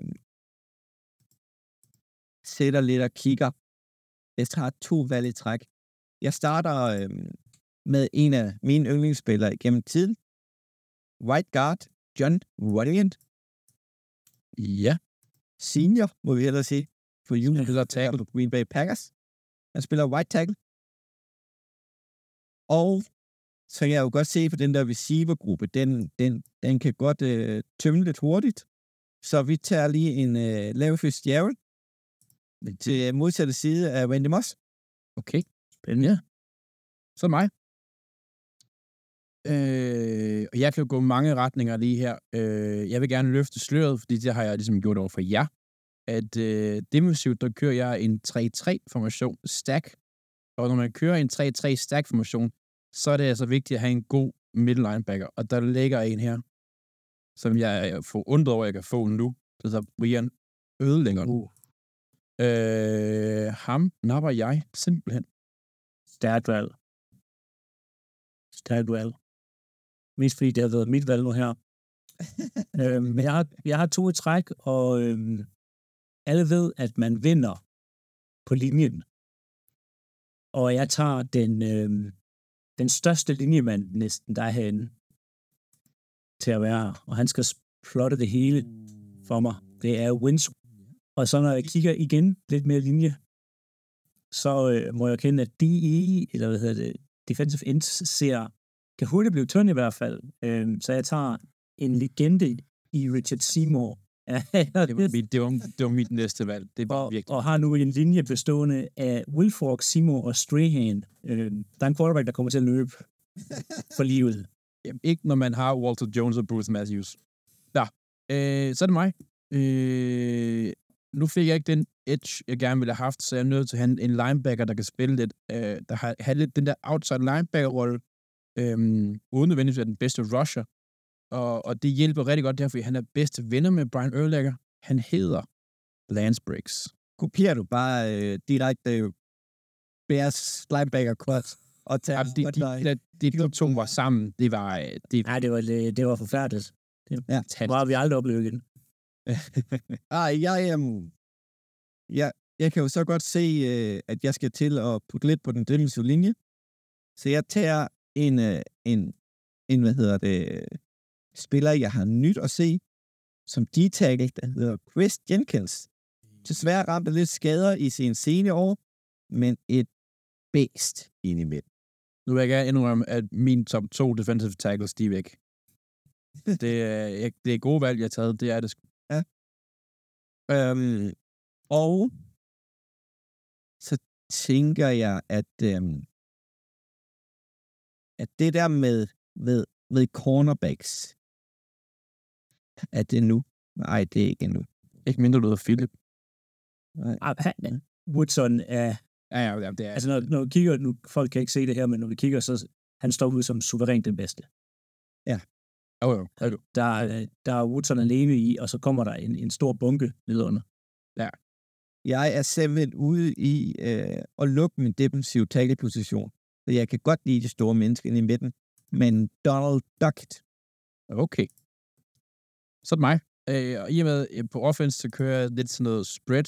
sætter lidt og kigger. Jeg tager 2 valg i træk. Jeg starter med en af mine yndlingsspillere igennem tiden. Right guard, John Runyon. Ja. Senior, må vi hellere sige. For junior tackle på Green Bay Packers. Han spiller right tackle. Og så kan jeg jo godt se på den der receiver-gruppe, den kan godt tømme lidt hurtigt. Så vi tager lige en Larry Fitzgerald til modsatte side af Randy Moss. Okay, spændende. Ja. Så mig. Og jeg kan jo gå mange retninger lige her. Jeg vil gerne løfte sløret, fordi det har jeg ligesom gjort over for jer. At defensivt, der kører jeg en 3-3-formation stack. Og når man kører en 3-3 stack-formation, så er det altså vigtigt at have en god middle linebacker. Og der ligger en her, som jeg er forundret over, at jeg kan få nu. Det hedder Brian Ødelænger. Ham napper jeg simpelthen. Stærkt valg. Mest fordi det har været mit valg nu her. Men jeg har 2 i træk, og alle ved, at man vinder på linjen. Og jeg tager den største linjemand næsten, der er herinde, til at være her. Og han skal plotte det hele for mig. Det er Wentz. Og så når jeg kigger igen lidt mere linje, så må jeg kende, at defensive ends kan hurtigt blive tynd i hvert fald. Så jeg tager en legende i Richard Seymour. det var mit næste valg. Det var virkelig. Og har nu en linje bestående af Wilfork, Seymour og Strahan. Der er en quarterback, der kommer til at løbe for livet. Jamen, ikke når man har Walter Jones og Bruce Matthews. Ja, så er det mig. Nu fik jeg ikke den edge, jeg gerne ville have haft, så jeg er nødt til at have en linebacker, der kan spille lidt, der har lidt den der outside linebacker-rolle, uden nødvendigvis at være den bedste rusher. Og det hjælper rigtig godt derfor, fordi han er bedste venner med Brian Urlacher. Han hedder Lance Briggs. Kopierer du bare direkte Bears linebacker cross og tager de to var sammen. Det var forfærdeligt. Det var vi aldrig oplevet igen. Jeg kan jo så godt se, at jeg skal til at putte lidt på den defensive linje. Så jeg tager en spiller, jeg har nyt at se, som D-tackle, der hedder Chris Jenkins. Desværre ramte lidt skader i sine sene år, men et bedst ind i midten. Nu vil jeg gerne indrømme, at min top 2 defensive tackles, de er væk. Det er gode valg, jeg har taget. Det er det sgu. Ja. Og så tænker jeg, at det der med cornerbacks, er det nu? Nej, det er ikke endnu. Ikke mindre lyder Philip. Woodson er... Ja, det er... Altså, når vi kigger... Nu, folk kan ikke se det her, men når vi kigger, så han står ud som suverænt den bedste. Ja. Jo. Der er Woodson alene i, og så kommer der en stor bunke nedenunder. Ja. Jeg er simpelthen ude i at lukke min defensive tackle-position. Så jeg kan godt lide de store mennesker inde i midten. Men Donald Duckett. Okay. Så er det mig. Og i og med på offense, så kører jeg lidt sådan noget spread.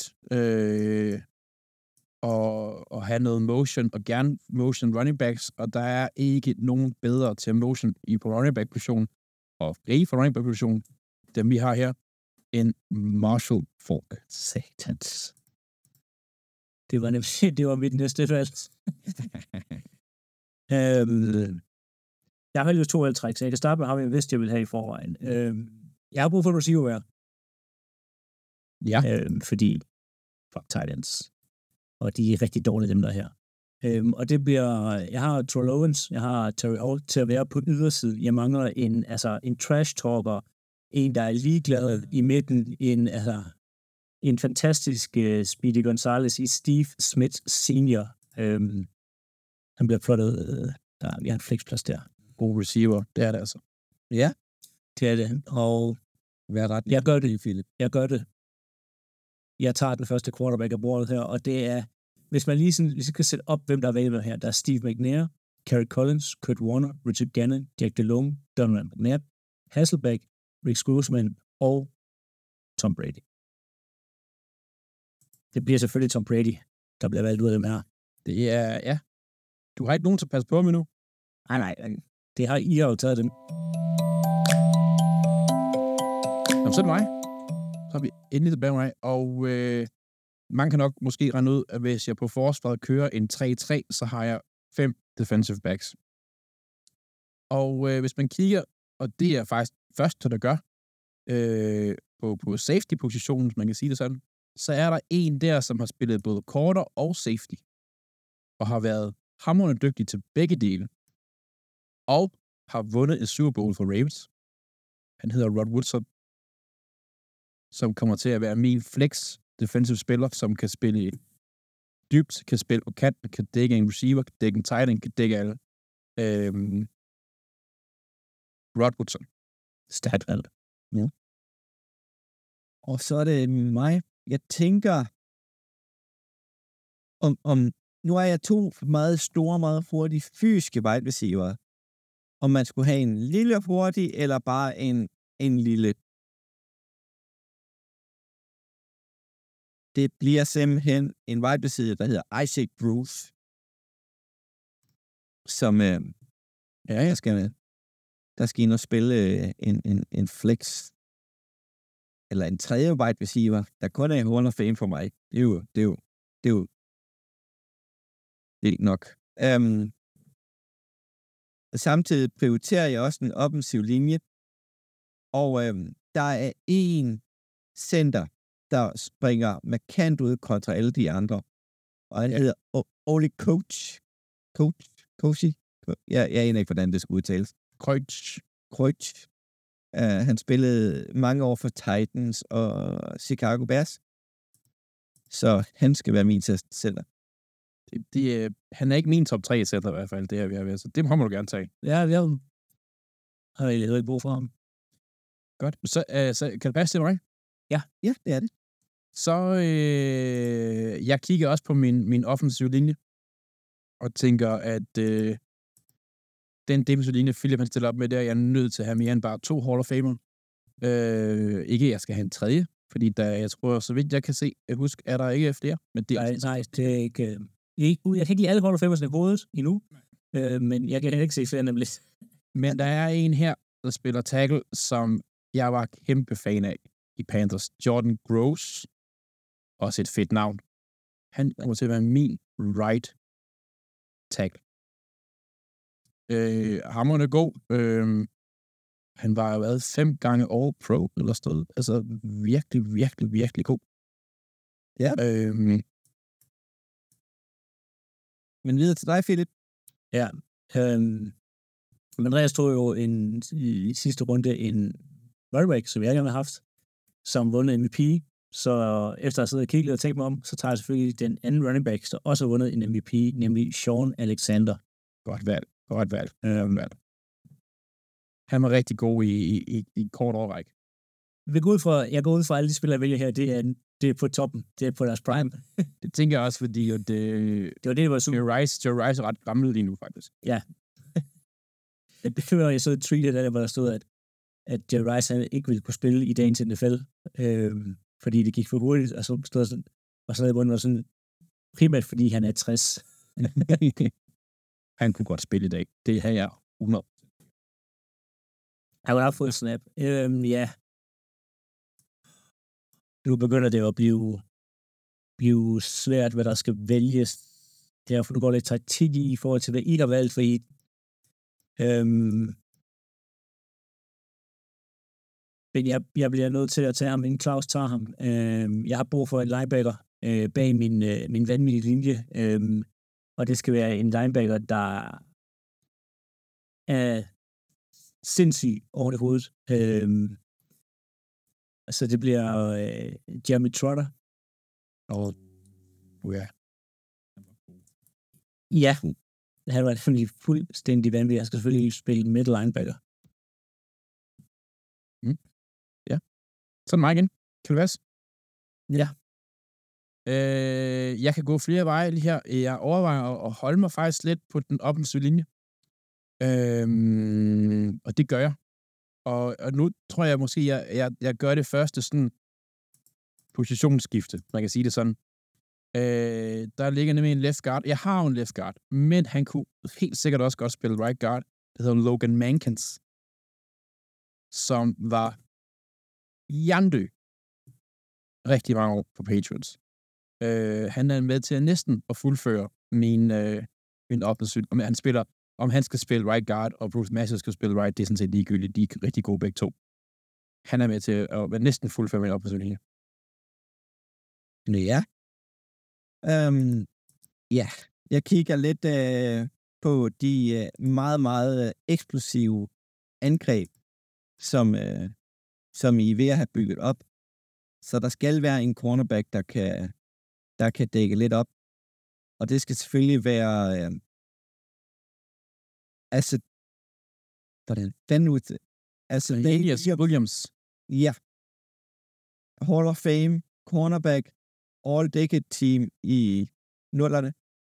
Og have noget motion, og gerne motion running backs. Og der er ikke nogen bedre til motion på running back-positionen. Og fri for running back-positionen, dem vi har her, en Marshall Faulk. Satans. Det var mit næste valg. Jeg har lige 2 valgtræk, så jeg kan starte med ham, jeg vidste, jeg ville have i forvejen. Jeg har brug for en receiver her. Ja. Fordi fuck tight ends. Og de er rigtig dårlige, dem der her. Og det bliver, jeg har Troy Owens, jeg har Terry Hall til at være på den yderside. Jeg mangler en trash talker, en, der er ligeglad i midten, en fantastisk Speedy Gonzalez i Steve Smith Senior. Han bliver plottet, vi har en flexplads der. God receiver, det er det altså. Ja, det er det. Og jeg gør det, Philip. Jeg gør det. Jeg tager den første quarterback af bordet her, og det er, hvis man lige sådan, hvis vi skal sætte op, hvem der er valgt her, der er Steve McNair, Kerry Collins, Kurt Warner, Richard Gannon, Jack DeLong, Donovan McNabb, Hasselbeck, Rick Grossman og Tom Brady. Det bliver selvfølgelig Tom Brady, der bliver valgt ud af dem her. Det er, ja. Du har ikke nogen til at passe på med nu? Nej. Det har I jo taget dem. Nå, så er det mig. Så har vi endelig tilbage mig. Og man kan nok måske regne ud, at hvis jeg på forsvaret kører en 3-3, så har jeg 5 defensive backs. Og hvis man kigger, og det er faktisk først, der gør, på safety-positionen, hvis man kan sige det sådan, så er der en der, som har spillet både corner og safety, og har været hamrende dygtig til begge dele, og har vundet en Super Bowl for Ravens. Han hedder Rod Woodson, som kommer til at være min flex defensive spiller, som kan spille dybt, kan spille på kanten, kan dække en receiver, kan dække en tight end, kan dække alle. Rod Woodson. Stærkt valgt. Ja. Og så er det mig. Jeg tænker, om nu er jeg 2 meget store, meget hurtige fysiske wide receiver. Om man skulle have en lille hurtig, eller bare en lille. Det bliver simpelthen en wide receiver, der hedder Isaac Bruce. Som der skal ind og spille en flex. Eller en tredje wide receiver, der kun er en Hall of Fame for mig. Det er jo helt nok. Samtidig prioriterer jeg også en offensiv linje. Og der er en center, der springer markant ud kontra alle de andre. Og han hedder Oli Coachy. Jeg aner ikke, hvordan det skal udtales. Kreutz. Han spillede mange år for Titans og Chicago Bears. Så han skal være min center. Han er ikke min top 3 center i hvert fald, det her vi har været. Så det må du gerne tage. Ja, jeg har rigtig brug for ham. Godt. Så kan det passe til mig? Ja, det er det. Så jeg kigger også på min offensive linje, og tænker, at den defensive linje, Philip han stiller op med der, jeg er nødt til at have mere end bare 2 Hall of Famer. Ikke, jeg skal have en tredje, fordi jeg tror, så vidt jeg kan se, er der ikke flere. Men det nej, det er ikke... Jeg kan ikke lide alle Hall of Famers i hovedet endnu, men jeg kan ikke se flere nemlig. Men der er en her, der spiller tackle, som jeg var kæmpe fan af i Panthers. Jordan Gross. Også et fedt navn. Han kommer til at være min right tackle. Hammerne god. Han var jo været 5 gange All-Pro eller stod. Altså virkelig, virkelig, virkelig god. Ja. Men videre til dig, Philip. Ja. Andreas tog jo i sidste runde en running back, som jeg gerne har haft, som vundet MVP. Så efter at sidde og kigge og tænke mig om, så tager jeg selvfølgelig den anden running back, der også har vundet en MVP, nemlig Sean Alexander. Godt valg. Han var rigtig god i en kort årrække. Jeg går ud fra alle de spillere, jeg vælger her, det er på toppen. Det er på deres prime. Det tænker jeg også, fordi det var det, der var super. Jerry Rice er ret gammel lige nu, faktisk. Ja. Det var jeg så et tweet der, hvor der stod, at Jerry Rice ikke ville kunne spille i dagens NFL, fordi det gik for hurtigt, og så stod sådan, og så havde jeg var sådan, primært fordi han er 60. Han kunne godt spille i dag. Det har jeg 100. Han har fået snap. Ja. Nu begynder det at blive svært, hvad der skal vælges. Derfor du går lidt taktik i forhold til, hvad I har valgt, fordi men jeg bliver nødt til at tage ham, inden Claus tager ham. Jeg har brug for en linebacker bag min vanvittige linje, og det skal være en linebacker, der er sindssygt over det hovedet. Så det bliver Jeremy Trotter. Ja. Ja, han var nemlig fuldstændig vanvittig. Jeg skal selvfølgelig spille middle linebacker. Ja. Så mig igen. Kan det være? Ja. Jeg kan gå flere veje lige her. Jeg overvejer at holde mig faktisk lidt på den offensive linje. Og det gør jeg. Og nu tror jeg måske, jeg gør det første sådan positionsskifte, man kan sige det sådan. Der ligger nemlig en left guard. Jeg har jo en left guard, men han kunne helt sikkert også godt spille right guard. Det hedder Logan Mankins, som var hjernedød rigtig mange år på Patriots. Han er med til at næsten at fuldføre min offensiv. Han spiller Om han skal spille right guard, og Bruce Matthews skal spille right, det er sådan set ligegyldigt. De er rigtig gode begge to. Han er med til at være næsten fuld 5 op på sin linje. Ja. Ja, jeg kigger lidt på de meget, meget eksplosive angreb, som I er ved at have bygget op. Så der skal være en cornerback, der kan dække lidt op. Og det skal selvfølgelig være Elias Williams. Ja. Hall of Fame, cornerback, all-decade team i 0'erne.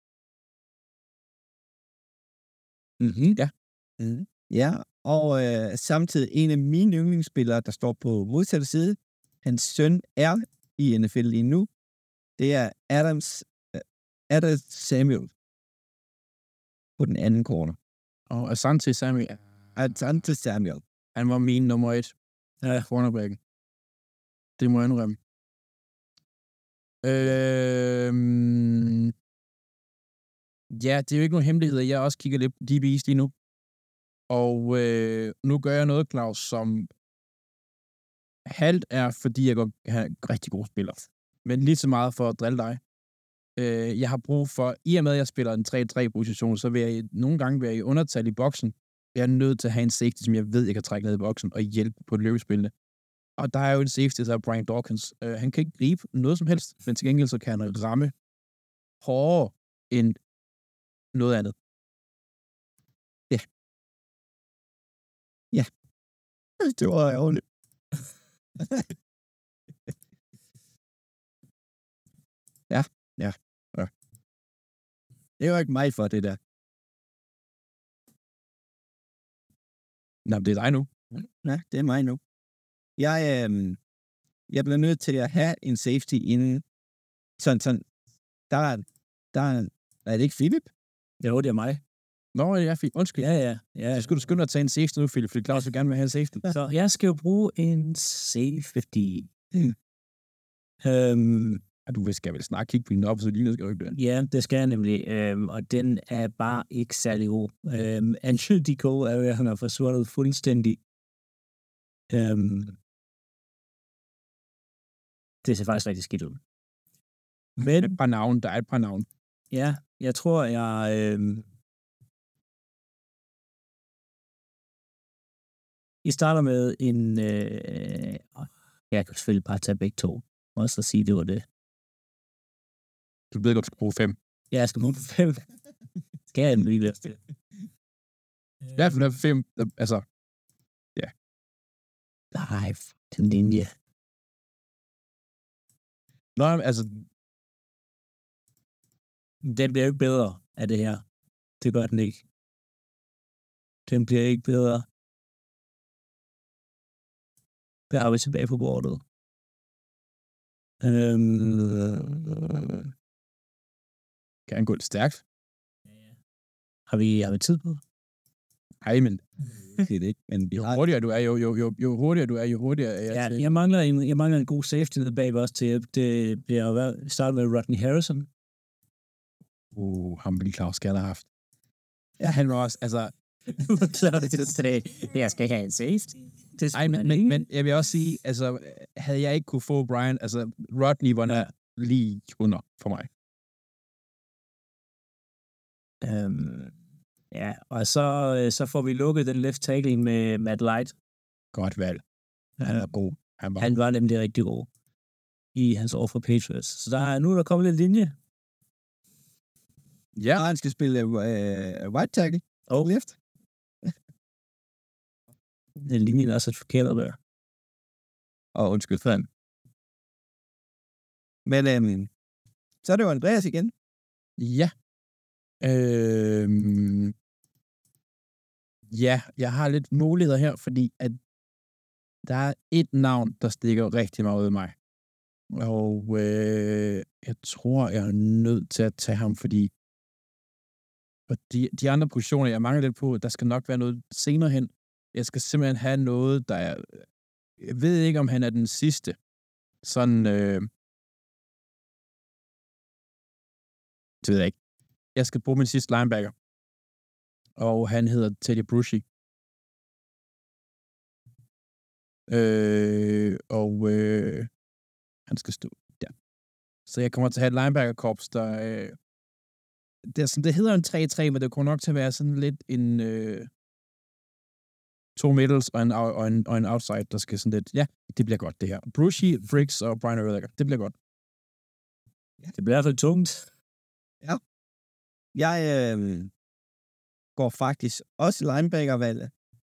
Ja. Ja, og samtidig en af mine yndlingsspillere, der står på modsatte side. Hans søn er i NFL lige nu. Det er Adams Samuel på den anden corner. Og Asante Samuel. Han var min nummer 1. Ja, cornerbacken. Det må jeg indrømme. Ja, det er jo ikke nogen hemmelighed. Jeg også kigger lidt på DB's lige nu. Og nu gør jeg noget, Claus, som halvt er, fordi jeg går have rigtig gode spillere. Men lige så meget for at drille dig. Jeg har brug for, i og med at jeg spiller en 3-3-position, så vil jeg nogle gange være i undertal i boksen. Jeg er nødt til at have en safety, som jeg ved, jeg kan trække ned i boksen og hjælpe på et løbespil. Og der er jo en safety, der er Brian Dawkins. Han kan ikke gribe noget som helst, men til gengæld så kan han ramme hårdere end noget andet. Ja. Ja. Det var ærgerligt. Ja. Det er jo ikke mig for det der. Nå, det er dig nu. Ja, det er mig nu. Jeg bliver nødt til at have en safety inden. Sådan. Der er det ikke Philip? Jo, det er mig. Nå, ja, Philip. Undskyld. Ja. Så skulle du skynde dig at tage en safety nu, Philip, fordi Claus vil gerne have en safety. Så jeg skal jo bruge en safety. Du skal vel snart kigge på din op, så lige skal rykke den. Ja, det skal jeg nemlig. Og den er bare ikke særlig god. Angel Dico er jo, han har forsvundet fuldstændig. Det ser faktisk rigtig skidt ud. Men der er et par navn. Ja, jeg tror, I starter med en... jeg kan selvfølgelig bare tage begge to. Og så sige, det var det. Du ved godt, du skal bruge 5. Ja, jeg skal bruge 5. Skal jeg endelig lige det? Ja, for der er 5. Altså, ja. Nej, den linje. Nå, altså... Den bliver ikke bedre af det her. Det gør den ikke. Den bliver ikke bedre. Der er vi tilbage på bordet. Kan han gå lidt stærkt? Har vi tid på? Hej, men det er det ikke. Men jo hurtigere du er, jo hurtigere du er, jo hurtigere er jeg ja, til. Jeg mangler en god safety nede bag os til. Det bliver jo startet med Rodney Harrison. Ham ville Claus gerne have haft. Ja, han var også, altså... Jeg skal have en safety. Ej, men jeg vil også sige, altså, havde jeg ikke kunne få Brian, altså, Rodney var lige under for mig. Ja, og så får vi lukket den left tackle med Matt Light. Godt valg. Han er god. Han var nemlig rigtig god i hans år for Patriots. Så nu er der kommet lidt linje. Ja, han skal spille right tackle. Og left. Den linje er også et forkert at være. Undskyld for ham. Men så er det jo Andreas igen. Ja. Ja, jeg har lidt muligheder her, fordi at der er et navn, der stikker rigtig meget ud af mig. Og jeg tror, jeg er nødt til at tage ham, fordi de andre positioner, jeg mangler lidt på, der skal nok være noget senere hen. Jeg skal simpelthen have noget, der er... Jeg ved ikke, om han er den sidste. Sådan... Det ved jeg ikke. Jeg skal bruge min sidste linebacker. Og han hedder Teddy Bruschi. Han skal stå der. Så jeg kommer til at have et linebacker-korps, der... det hedder en 3-3, men det kunne nok til at være sådan lidt en... 2 middles og en outside, der skal sådan lidt... Ja, det bliver godt, det her. Bruschi, Briggs og Brian Urlacher. Det bliver godt. Ja. Det bliver i hvert fald tungt. Ja. Jeg går faktisk også linebacker-valget.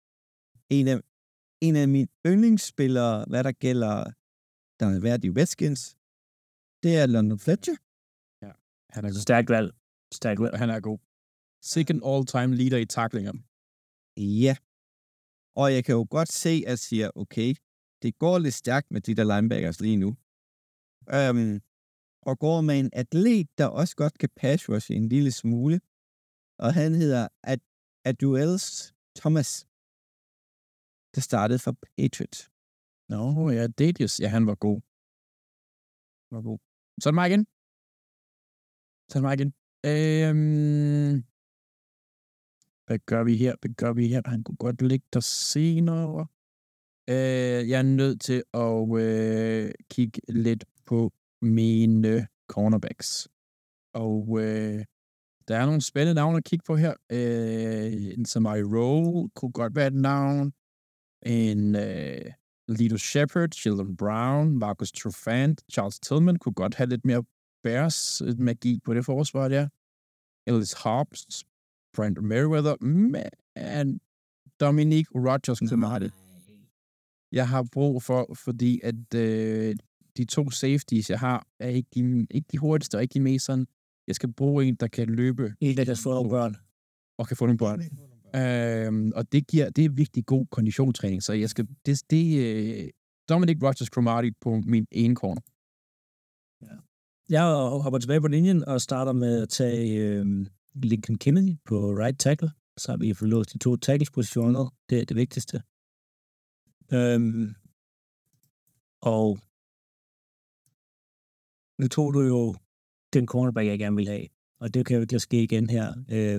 En af mine yndlingsspillere, hvad der gælder, der har været i Redskins, det er London Fletcher. Ja, han er god. Stærkt valg. Stærkt valg. Han er god. Second all-time leader i tacklinger. Ja. Og jeg kan jo godt se, at jeg siger, okay, det går lidt stærkt med de der linebackers lige nu. Og går med en atlet, der også godt kan pass rush en lille smule. Og han hedder Aduels Thomas, der startede for Patriots. Ja, Dadius. Ja, han var god. Så er det mig igen. Hvad gør vi her? Han kunne godt ligge der senere. Jeg er nødt til at kigge lidt på mine cornerbacks. Og der er nogle spændende navne at kigge på her. En Samari Rowe kunne godt være et navn. En Lito Shepard, Sheldon Brown, Marcus Trufant, Charles Tillman kunne godt have lidt mere Bears magi på det forsvar der. Ellis Hobbs, Brent Merriweather, men Dominique Rodgers kunne have det. Jeg har brug for, fordi at de 2 safeties, jeg har, er ikke de hurtigste og ikke de mest sådan. Jeg skal bruge en, der kan løbe. En, der kan få nogle børn. Og kan få nogle børn. Og det er virkelig god konditionstræning, så jeg skal... Dominic Rodgers-Cromartie på min ene corner. Ja. Jeg hopper tilbage på linjen og starter med at tage Lincoln Kennedy på right tackle. Så har vi forlået de 2 tackles-positioner. Det er det vigtigste. Og nu tog du jo den cornerback, jeg gerne vil have. Og det kan jo ikke ske igen her.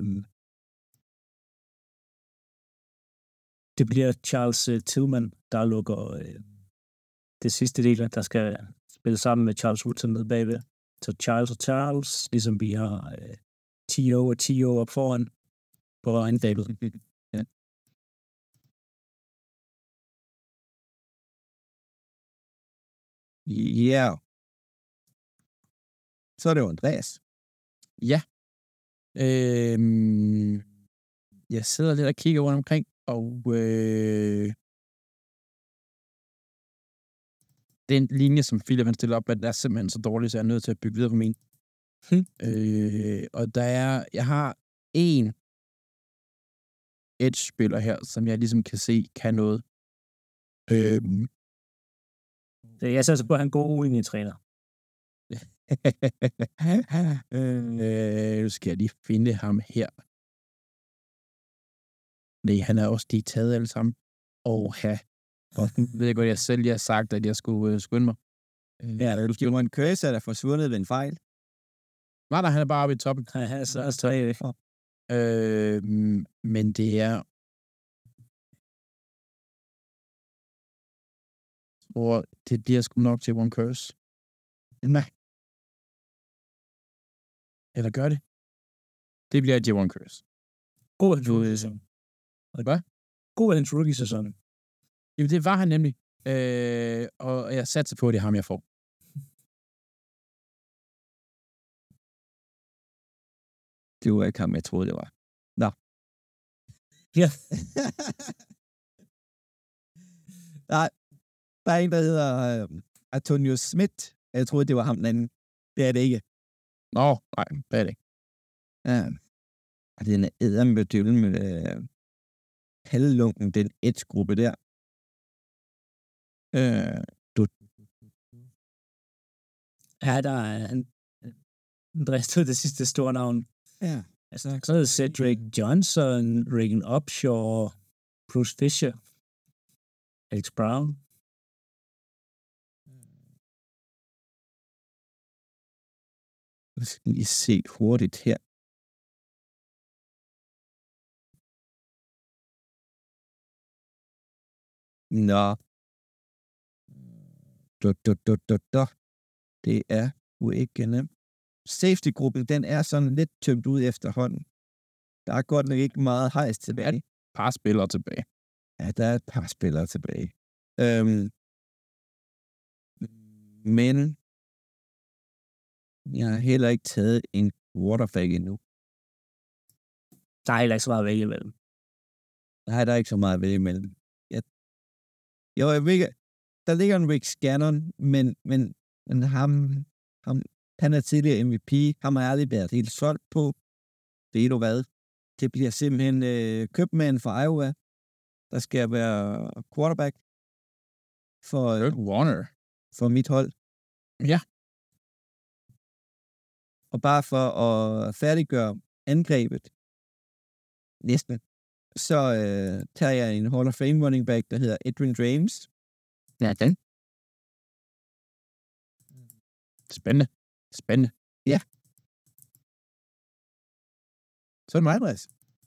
Det bliver Charles Tillman, der lukker det sidste del, der skal spille sammen med Charles Woodson nede bagved. Så Charles, ligesom vi har T.O. og T.O. op foran på angrebet. Ja. Ja. Så er det jo Andreas. Ja. Jeg sidder lidt og kigger rundt omkring, og den linje, som Philip han stiller op, er simpelthen så dårlig, så jeg er nødt til at bygge videre på min. Og jeg har en edge-spiller her, som jeg ligesom kan se kan noget. Jeg satser på, at han går uenige-træner. Nu skal jeg lige finde ham her. Nej, han er også de taget alle sammen. Ved jeg godt, jeg selv har sagt, at jeg skulle skynde mig. Ja, du skal jo en køse, der er forsvundet ved en fejl. Nej, han er bare oppe i toppen. Nej, han er så også 3. Men det er... Og det bliver sgu nok til One Curse. Nej. Eller gør det? Det bliver til One Curse. God af hans rookie-sæson. Hvad? God af hans rookie-sæson. Jamen, det var han nemlig. Og jeg satser på, at det er ham, jeg får. Det var ikke ham, jeg troede, det var. Nå. Ja. Nej. Der er en, der hedder Antonio Smith. Jeg troede, det var ham den anden. Det er det ikke. Nå, nej, det er det ikke. Ja. Og den er eddermedøvlen med halvlunken, den edge-gruppe der. Ja, der er en dristet det sidste store navn. Ja. Altså, så er det Cedric Johnson, Regan Upshaw, Bruce Fisher, Alex Brown. Jeg skal lige se hurtigt her. Nå. Det er jo ikke nemt. Safety-gruppen, den er sådan lidt tømt ud efterhånden. Der er godt nok ikke meget hejs tilbage. Par spillere tilbage. Ja, der er et par spillere tilbage. Men jeg har heller ikke taget en quarterback endnu. Der er heller ikke så meget at vælge imellem. Nej, der er ikke så meget at vælge imellem. Der ligger en Rick Scannon, men ham, han er tidligere MVP. Ham har jeg aldrig været helt solgt på. Ved du hvad? Det bliver simpelthen købmanden fra Iowa, der skal være quarterback for Kurt Warner. For mit hold. Ja. Og bare for at færdiggøre angrebet, næsten, så tager jeg en Hall of Fame running back, der hedder Edwin James. Ja, den. Spændende. Ja. Så er det mig, Andreas.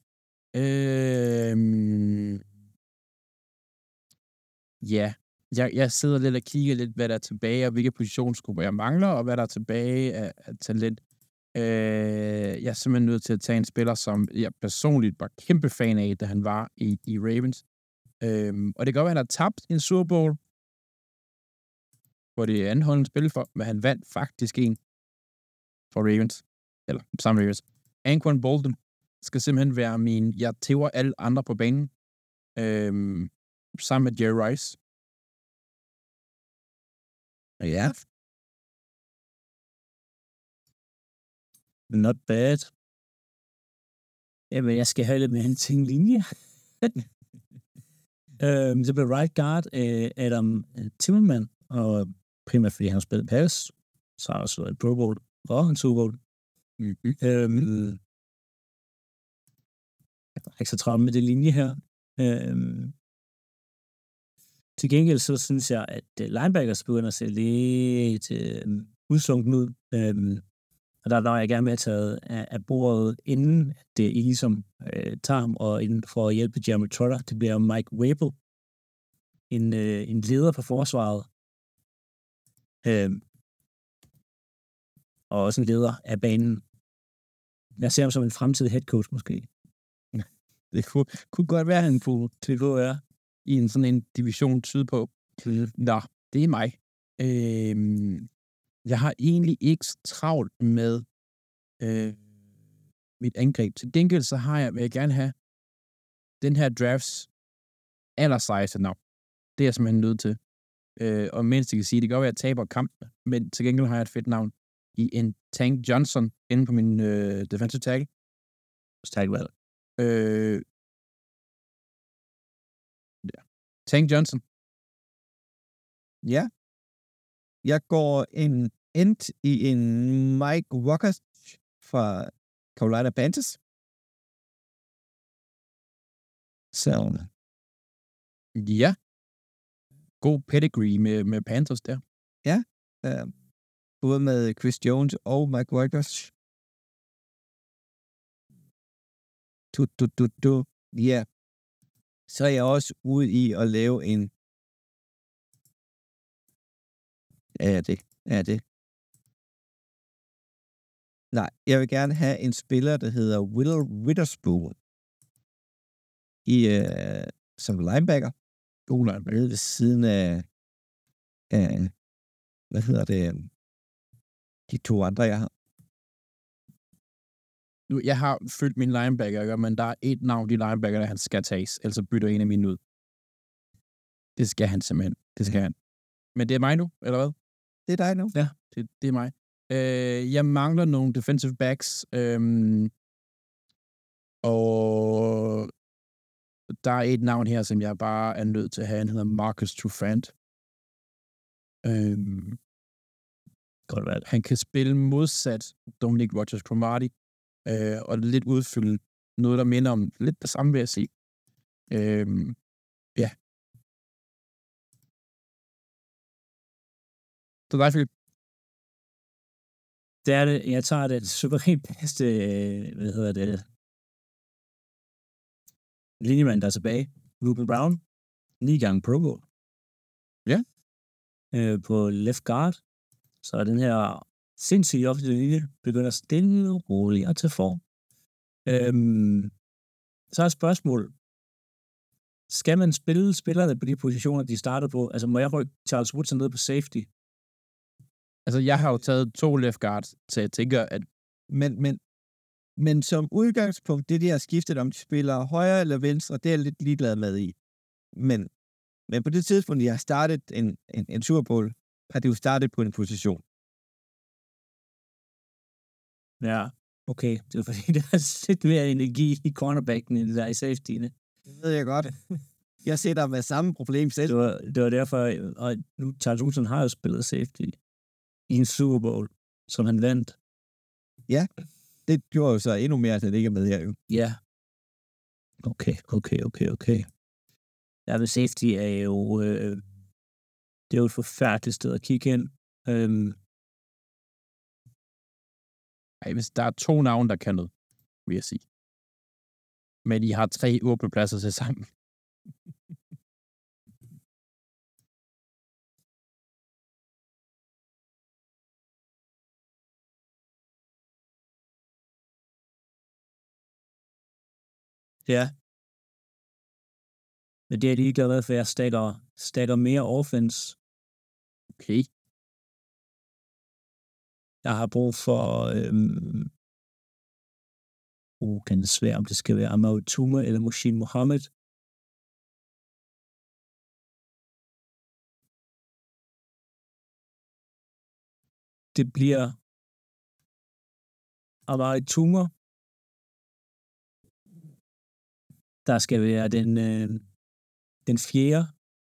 Ja. Jeg sidder lidt og kigger lidt, hvad der er tilbage, og hvilke positionsgrupper jeg mangler, og hvad der er tilbage af talent. Jeg er simpelthen nødt til at tage en spiller, som jeg personligt var kæmpe fan af, da han var i Ravens. Og det kan godt være, at han har tabt en Super Bowl, hvor det er anholdende spil for, men han vandt faktisk en for Ravens, eller sammen Ravens. Anquan Boldin skal simpelthen være jeg tæver alle andre på banen, sammen med Jerry Rice. Ja. Not bad. Jamen, jeg skal have lidt med en linje. Det blev right guard Adam Timmerman, og primært fordi han har spillet pass, så har han også et Pro Bowl og en Super Bowl. Jeg er ikke så travlt med det linje her. Til gengæld så synes jeg, at linebackers begynder at se lidt udsunken ud. Og der er jeg gerne med at tage af bordet, inden det er ligesom tager ham, og inden for at hjælpe Jeremy Trotter. Det bliver Mike Vrabel, en leder for forsvaret. Og også en leder af banen. Jeg ser ham som en fremtidig head coach, måske. Det kunne godt være, at han kunne til at være i sådan en division sydpå. Nå, det er mig. Jeg har egentlig ikke så travlt med mit angreb. Til gengæld så vil jeg gerne have den her drafts allersejeste navn. Det er jeg simpelthen nødt til. Og mindst jeg kan sige, det kan godt være, at jeg taber kampen, men til gengæld har jeg et fedt navn i en Tank Johnson inde på min defensive tackle. Stærkt valg. Ja. Tank Johnson. Ja. Jeg går ind i en Mike Walker fra Carolina Panthers. Så. Ja. God pedigree med Panthers der. Ja. Både med Chris Jones og Mike Walkers. Ja. Så er jeg også ude i at lave en er det. Nej, jeg vil gerne have en spiller, der hedder Will Witherspoon som linebacker. God linebacker. Ved siden af hvad hedder det, de to andre, jeg har. Jeg har fyldt min linebacker, men der er et navn, de linebacker, der han skal tages, ellers bytter en af mine ud. Det skal han simpelthen. Det skal han. Men det er mig nu, eller hvad? Det er dig nu. Ja, det er mig. Jeg mangler nogle defensive backs, og der er et navn her, som jeg bare er nødt til at have. Han hedder Marcus Trufant. Godt valg. Han kan spille modsat Dominic Rodgers-Cromartie, og lidt udfylde noget, der minder om lidt det samme, vil jeg sige. Ja. Så dig, Philip. Det er det. Jeg tager det suverænt bedste, linjemand, der er tilbage. Ruben Brown. 9 gange Pro Bowl. Ja. På left guard, så er den her sindssyge offensive linje begynder stille og roligt at tage form. Så er et spørgsmål. Skal man spille spillerne på de positioner, de startede på? Altså, må jeg rykke Charles Woodson ned på safety? Altså, jeg har jo taget 2 left guards, så jeg tænker, at... Men som udgangspunkt, det de har skiftet, om de spiller højre eller venstre, det er jeg lidt ligeglad med i. Men på det tidspunkt, de har startet en Super Bowl, har de jo startet på en position. Ja, okay. Det er fordi, der er lidt mere energi i cornerbacken, end der er i safety'ene. Det ved jeg godt. Jeg sætter med samme problem selv. Det var derfor, og nu Charles Woodson har jo spillet safety i en Super Bowl, som han vandt. Ja, det gjorde jo så endnu mere, at han ikke er med her jo. Ja. Okay. Ja, men safety er jo, det er jo et forfærdeligt sted at kigge ind. Hvis der er 2 navne, der kan noget, vil jeg sige. Men I har 3 åbne pladser til sammen. Ja. Men det er de ikke glade for, jeg stacker mere offense. Okay. Jeg har brug for kan det svære, om det skal være Amadou Tuma eller Muhsin Mohammed. Det bliver Amadou Tuma. Der skal være den fjerde,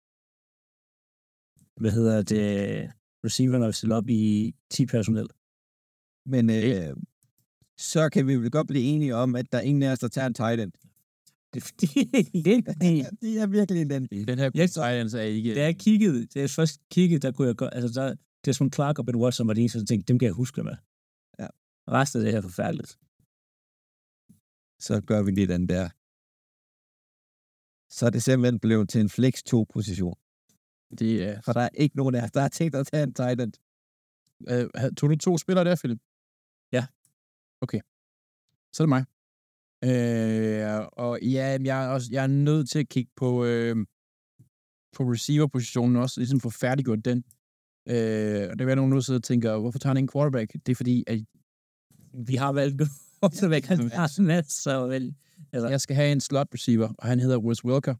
receiver, når vi stiller op i 10 personel. Men så kan vi vel godt blive enige om, at der er ingen af os, der tager en tight end. Det Det er virkelig en Den her Giants er ikke... Da jeg kiggede, da jeg først kiggede, der kunne jeg godt, altså der, Desmond Clark og Ben Watson var det eneste, så jeg tænkte, dem kan jeg huske med. Ja. Resten af det her er forfærdeligt. Så gør vi lige den der. Så er det simpelthen blevet til en flex 2-position. Det er... For der er ikke nogen af os, der har tænkt at tage en tight end. Tog du 2 spillere der, Philip? Ja. Okay. Så er det mig. Og ja, jeg er nødt til at kigge på receiver-positionen også, ligesom få færdiggjort den. Og det vil jeg nogen sidder og tænker, hvorfor tager han en quarterback? Det er fordi, at vi har valgt så væk så vel. Altså. Jeg skal have en slot receiver, og han hedder Wes Welker.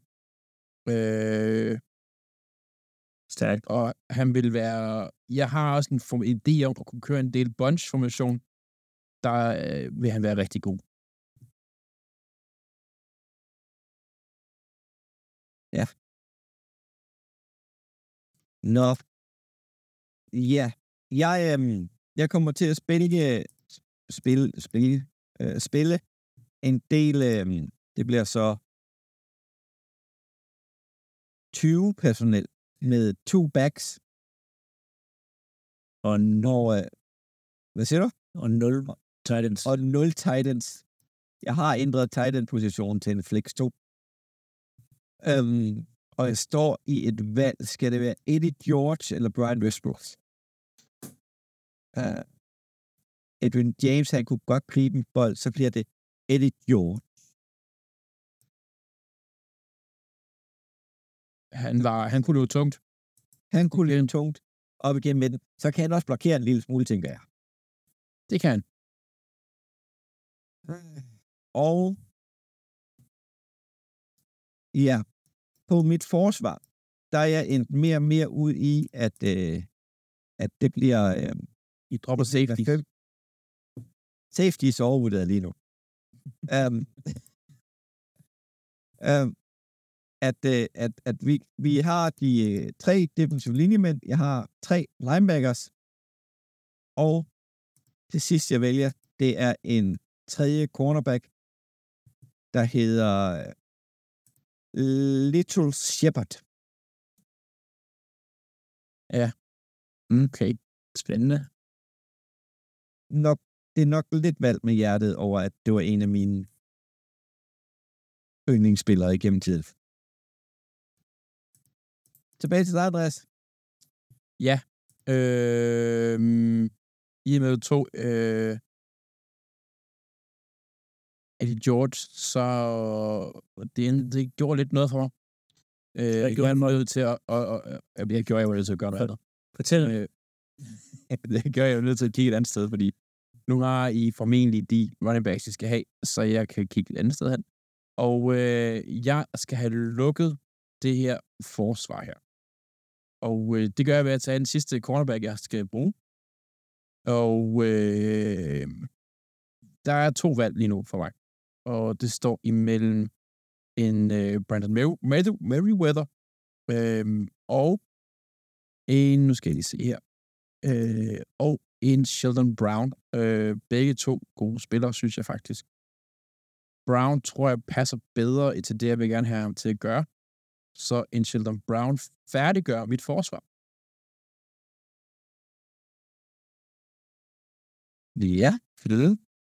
Stærkt. Og han vil være... Jeg har også en idé om at kunne køre en del bunch-formation. Der vil han være rigtig god. Ja. Nå. Ja. Jeg kommer til at spille en del... det bliver så 20 personel med 2 backs. Og hvad siger du? Og 0 tight ends. Og 0 tight ends. Jeg har ændret tight end positionen til en flex 2. Og jeg står i et valg. Skal det være Eddie George eller Brian Westbrook? Edwin James, han kunne godt gribe en bold, så bliver det Eddie George. Han kunne løbe tungt. Han kunne løbe tungt op igennem midten. Så kan han også blokere en lille smule, tænker jeg. Det kan han. Og ja, på mit forsvar, der er jeg endt mere og mere ud i, at det bliver... I dropper safety. Safety er så overvurderet lige nu. At vi har de 3 defensive linjemænd, jeg har 3 linebackers, og det sidste, jeg vælger, det er en 3. cornerback, der hedder Little Shepard. Ja. Okay. Spændende. Det er nok lidt valgt med hjertet over, at det var en af mine yndlingsspillere igennem tiden. Tilbage til dig, Andreas. Ja. I og med to Eddie George, så det gjorde lidt noget for mig. Jeg var nødt til at gøre noget andet. Fortæl. Det gør jeg jo nødt til at kigge et andet sted, fordi nu har I formentlig de running backs, I skal have, så jeg kan kigge et andet sted hen. Og jeg skal have lukket det her forsvar her. Og det gør jeg ved at tage den sidste cornerback, jeg skal bruge. Og der er 2 valg lige nu for mig. Og det står imellem en Brandon Merriweather og en, nu skal jeg lige se her, og en Sheldon Brown. Begge 2 gode spillere, synes jeg faktisk. Brown tror jeg passer bedre til det, jeg vil gerne have ham til at gøre. Så en Sheldon Brown færdiggør mit forsvar. Ja, fedt.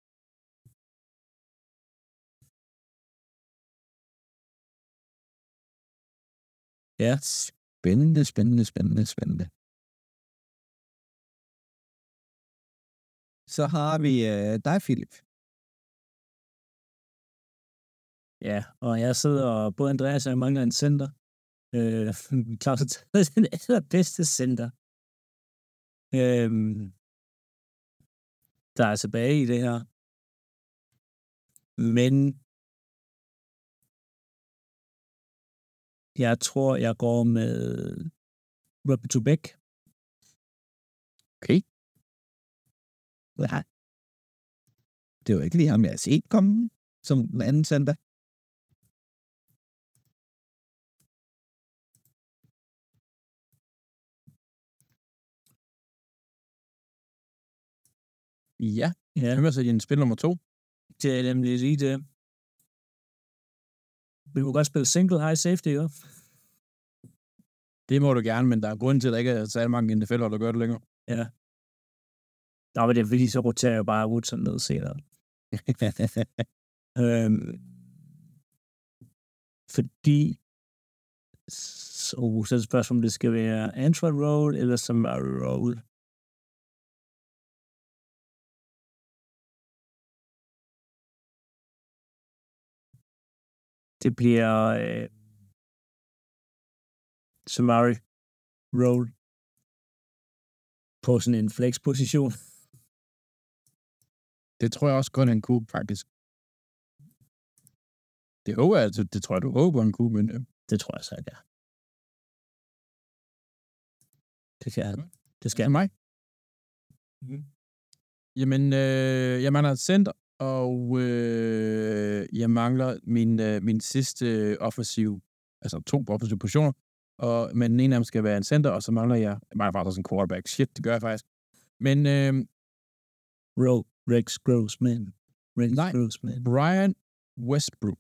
Ja. Spændende. Så har vi dig, Philip. Ja, og jeg sidder, og både Andreas og jeg mangler en center. Claus har taget den allerbedste center. Der er tilbage i det her. Men jeg tror, jeg går med Roberto Beck. Okay. Ja. Det var ikke lige ham, jeg har set komme som den anden center. Ja. Hvem er så din spil nummer 2? Det er nemlig lige det. Vi må godt spille single high safety, jo. Det må du gerne, men der er grund til, at der ikke er særlig mange NFL-hold, der gør det længere. Ja. Der var det, fordi så roterer jeg bare Woodson ned senere. Fordi så er det spørgsmål, om det skal være Android Roll eller Samari Roll. Det bliver Samari Roll på sådan en flex-position. Det tror jeg også godt, han kunne, faktisk. Det håber jeg, det tror jeg, du håber, han kunne, men... Det tror jeg så, ja. Det kan han. Det skal mig. Jamen, jeg mangler et center, og jeg mangler min sidste offensiv, altså 2 offensive positioner, men den ene af dem skal være en center, og så mangler jeg faktisk også en quarterback. Shit, det gør jeg faktisk. Men... Rex Grossman. Brian Westbrook.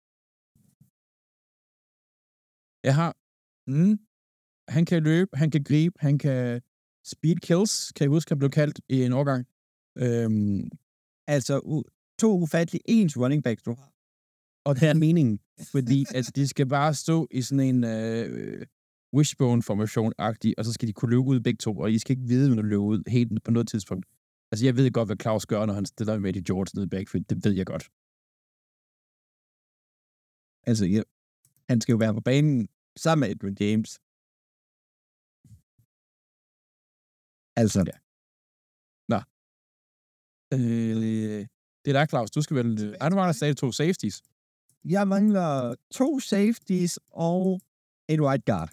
Jeg har... Han kan løbe, han kan gribe, han kan speed kills, kan jeg huske, han blev kaldt i en årgang. Altså 2 ufattelig ens running backs, du har. Og det er meningen, fordi altså, de skal bare stå i sådan en wishbone-formation-agtig, og så skal de kunne løbe ud begge 2, og I skal ikke vide, når de løber ud helt på noget tidspunkt. Altså, jeg ved godt, hvad Claus gør, når han stiller med Eddie George nede i backfield. Det ved jeg godt. Altså, han skal jo være på banen sammen med Edwin James. Altså. Ja. Nå. Det er der, Claus. Du skal vel... du mangler stadig 2 safeties. Jeg mangler 2 safeties og en right guard.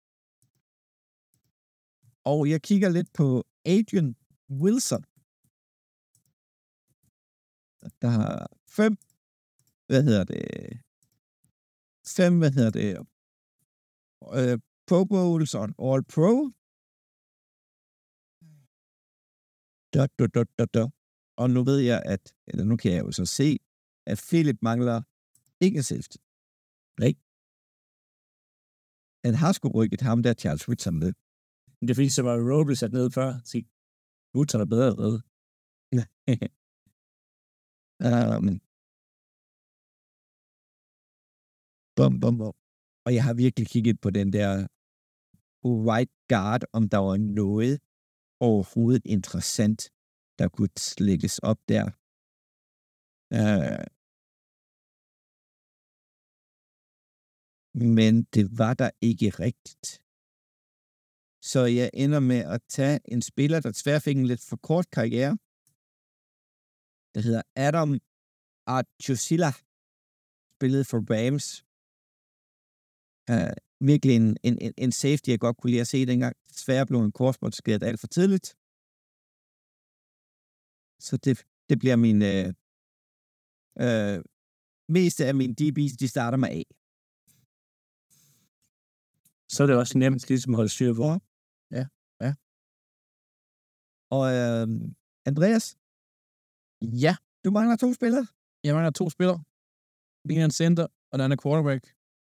Og jeg kigger lidt på Adrian Wilson. Der har 5 Pro Bowls og All Pro. Og nu ved jeg, nu kan jeg jo så se, at Philip mangler ikke safety. Nej. Han har sgu rykket ham der Charles Woodson ned. Det er fordi, så var Rowe blev sat ned før. Så Woodson er bedre allerede. Bum. Og jeg har virkelig kigget på den der right guard, om der var noget overhovedet interessant, der kunne lægges op der. Men det var der ikke rigtigt. Så jeg ender med at tage en spiller, der desværre fik en lidt for kort karriere, der hedder Adam Archuleta, spillede for Rams. Virkelig en safety, jeg godt kunne lide at se dengang. Desværre blev en korsbåndsskade alt for tidligt. Så det bliver min meste af mine DB's, de starter med A. Så er det også nemt ligesom at holde styr på. Ja. Og Andreas? Ja. Du mangler 2 spillere? Jeg mangler 2 spillere. Den ene er en center, og den anden er quarterback.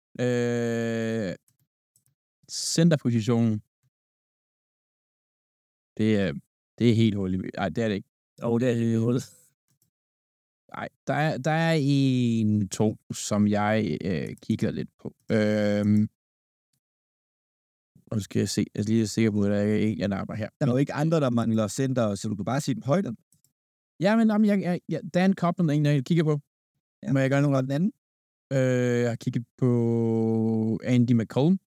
Centerpositionen. Det er helt hul i... Nej, det er det ikke. Det er helt hul. Nej, der er 1-2, som jeg kigger lidt på. Nu skal jeg se. Jeg er lige sikker på, at der er en, jeg napper her. Der er jo ikke andre, der mangler center, så du kan bare sige dem højt. Ja, men Dan Copeland er en, jeg kigger på. Ja. Må jeg gøre noget af den anden? Jeg har kigget på Andy McCollum.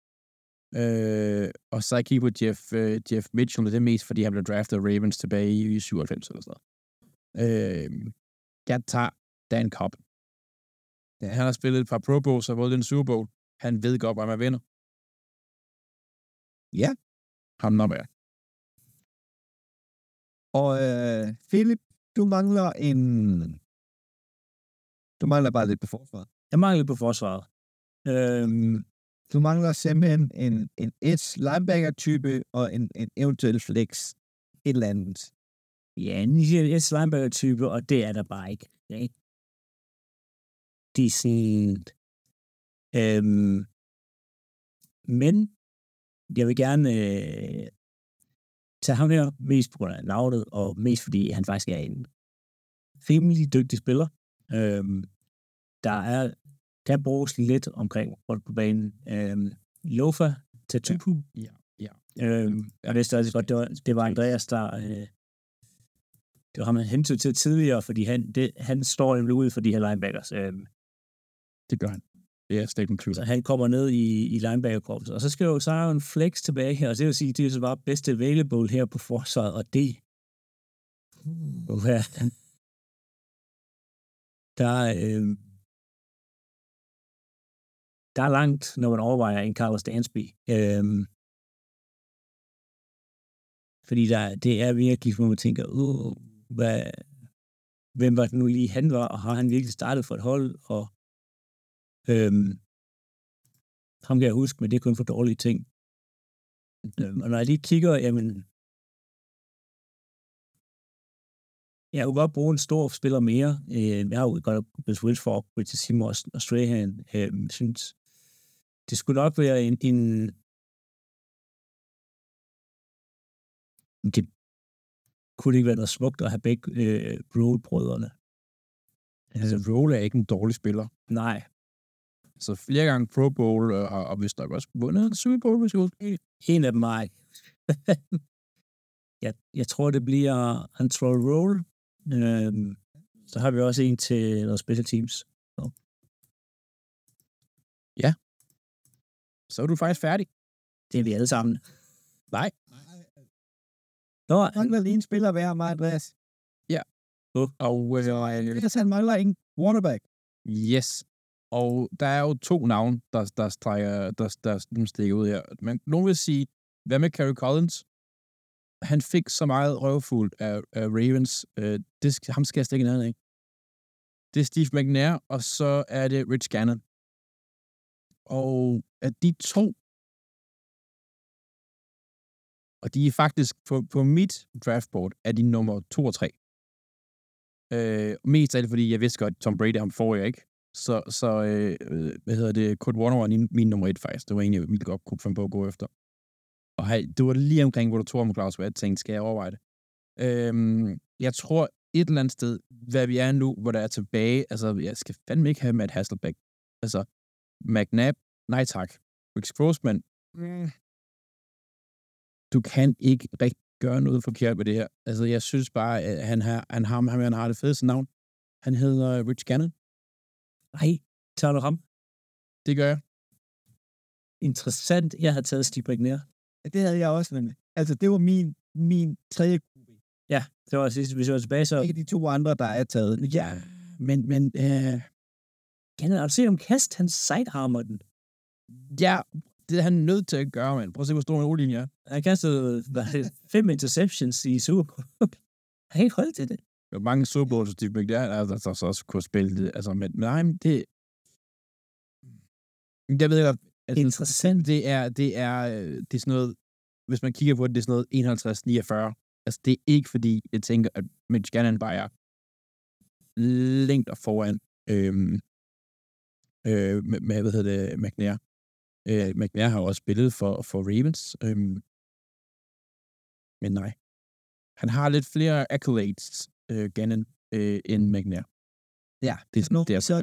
Og så har jeg kigget på Jeff Mitchell, og det er mest, fordi han blev draftet af Ravens tilbage i 97 eller sådan noget. Jeg tager Dan Copeland. Ja, han har spillet et par Pro Bowls og vundet en Super Bowl. Han ved godt, hvad man vinder. Ja. Ham nummer jeg. Og Philip, du mangler bare lidt på forsvaret. Jeg mangler lidt på forsvaret. Du mangler simpelthen en edge linebacker-type og en eventuel flex. Et eller andet. Ja, en edge linebacker-type, og det er der bare ikke. De er sådan... men jeg vil gerne tage ham her, mest på grund af navnet, og mest fordi han faktisk er en rimelig dygtig spiller. Der bruges lidt omkring rundt på banen. Lofa Tatupu. Ja. Jeg vidste også godt, det var Andreas, der... det var ham, han hentede til tidligere, fordi han står nemlig ud for de her linebackers. Det gør han. Det er slet ikke. Så han kommer ned i linebacker-korpset. Og så skal så er jo en flex tilbage her, og det vil sige, det er så bare bedste available her på forsvaret, og det... Der er langt, når man overvejer en Carlos Dansby. Fordi det er virkelig, hvor man tænker, hvem var det nu lige han var, og har han virkelig startet for et hold, og ham kan jeg huske, men det er kun for dårlige ting. Og når jeg lige kigger, jamen, jeg kunne godt bruge en stor spiller mere. Jeg har jo godt Bruce Wilfork, Richard Seymour og Strahan. Synes, det skulle nok være en det kunne ikke være noget smukt at have begge Roll-brødrene. Altså, Roll er ikke en dårlig spiller. Nej. Så flere gange Pro Bowl, og hvis der også vundet en Super Bowl, hvis jeg husker. En af dem er ikke. Jeg tror, det bliver Antrol Roll. Så har vi også en til noget special teams. Så. Ja. Så er du faktisk færdig. Det er vi alle sammen. Nej. Nå, han mangler lige en spiller hver mig, Andreas. Ja. Og han mangler en quarterback. Yes. Og der er jo 2 navne, der stikker ud her. Men nogen vil sige, hvad med Kerry Collins? Han fik så meget røvfuldt af Ravens. Ham skal jeg stikke ned af. Det er Steve McNair, og så er det Rich Gannon. Og at de 2, og de er faktisk på mit draftboard, er de nummer 2 og 3. Mest af det, fordi jeg vidste godt, Tom Brady, ham får jeg ikke. Så Kurt Warner var min nummer 1 faktisk. Det var egentlig, jeg ville godt kunne finde på at gå efter. Og det var lige omkring, hvor du tog om Claus, hvad jeg tænkte, skal jeg overveje det? Jeg tror et eller andet sted, hvad vi er nu, hvor der er tilbage, altså, jeg skal fandme ikke have Matt Hasselbeck. Altså, McNabb, nej tak. Rick Grossman, du kan ikke rigtig gøre noget forkert med det her. Altså, jeg synes bare, at han har det fedeste navn. Han hedder Rich Gannon. Nej, tager du ham? Det gør jeg. Interessant. Jeg har taget Steve McNair. Ja, det havde jeg også, men altså, det var min tredje gruppe. Ja, det var sidst, hvis jeg var tilbage, så... Ikke de 2 andre, der er taget. Ja, men har du set ham kaste? Han sidearmer den. Ja, det er han nødt til at gøre, mand. Prøv at se, hvor stor en O-linje er. Han kastede 5 interceptions i Super Bowl. Han har ikke holdt til det. Der er mange Super Bowls, Steve McNair, der så også kunne spille det. Altså, men nej, men det... Jeg ved ikke, altså, interessant. Det er sådan noget, hvis man kigger på det, det er sådan noget 51-49. Altså, det er ikke fordi, jeg tænker, at Mitch Gannon bare er længder foran med hvad hedder det, McNair. McNair har også spillet for Ravens. Men nej. Han har lidt flere accolades, Gannon, end McNair. Ja, det er sådan, så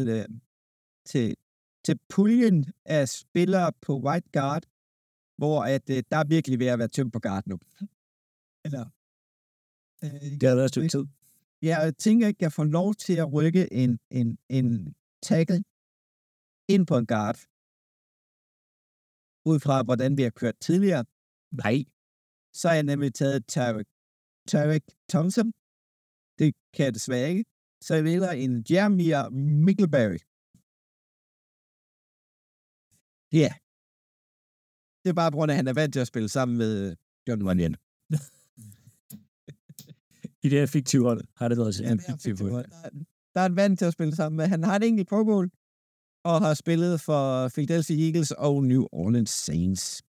til puljen af spillere på White Guard, hvor at, der er virkelig ved at være tømt på guard nu. Eller, det har været et stykke tid. Jeg tænker ikke, jeg får lov til at rykke en tackle ind på en guard, ud fra hvordan vi har kørt tidligere. Nej. Så har jeg nemlig taget Tarek Thompson. Det kan jeg desværre ikke. Så jeg vælger en Jeremiah Mickelberry. Ja. Yeah. Det er bare på grund af, at han er vant til at spille sammen med John Runyon. I det her fiktive hold har det været fiktivt hold. Der er en vant til at spille sammen med. Han har et enkelt Pro Bowl, og har spillet for Philadelphia Eagles og New Orleans Saints.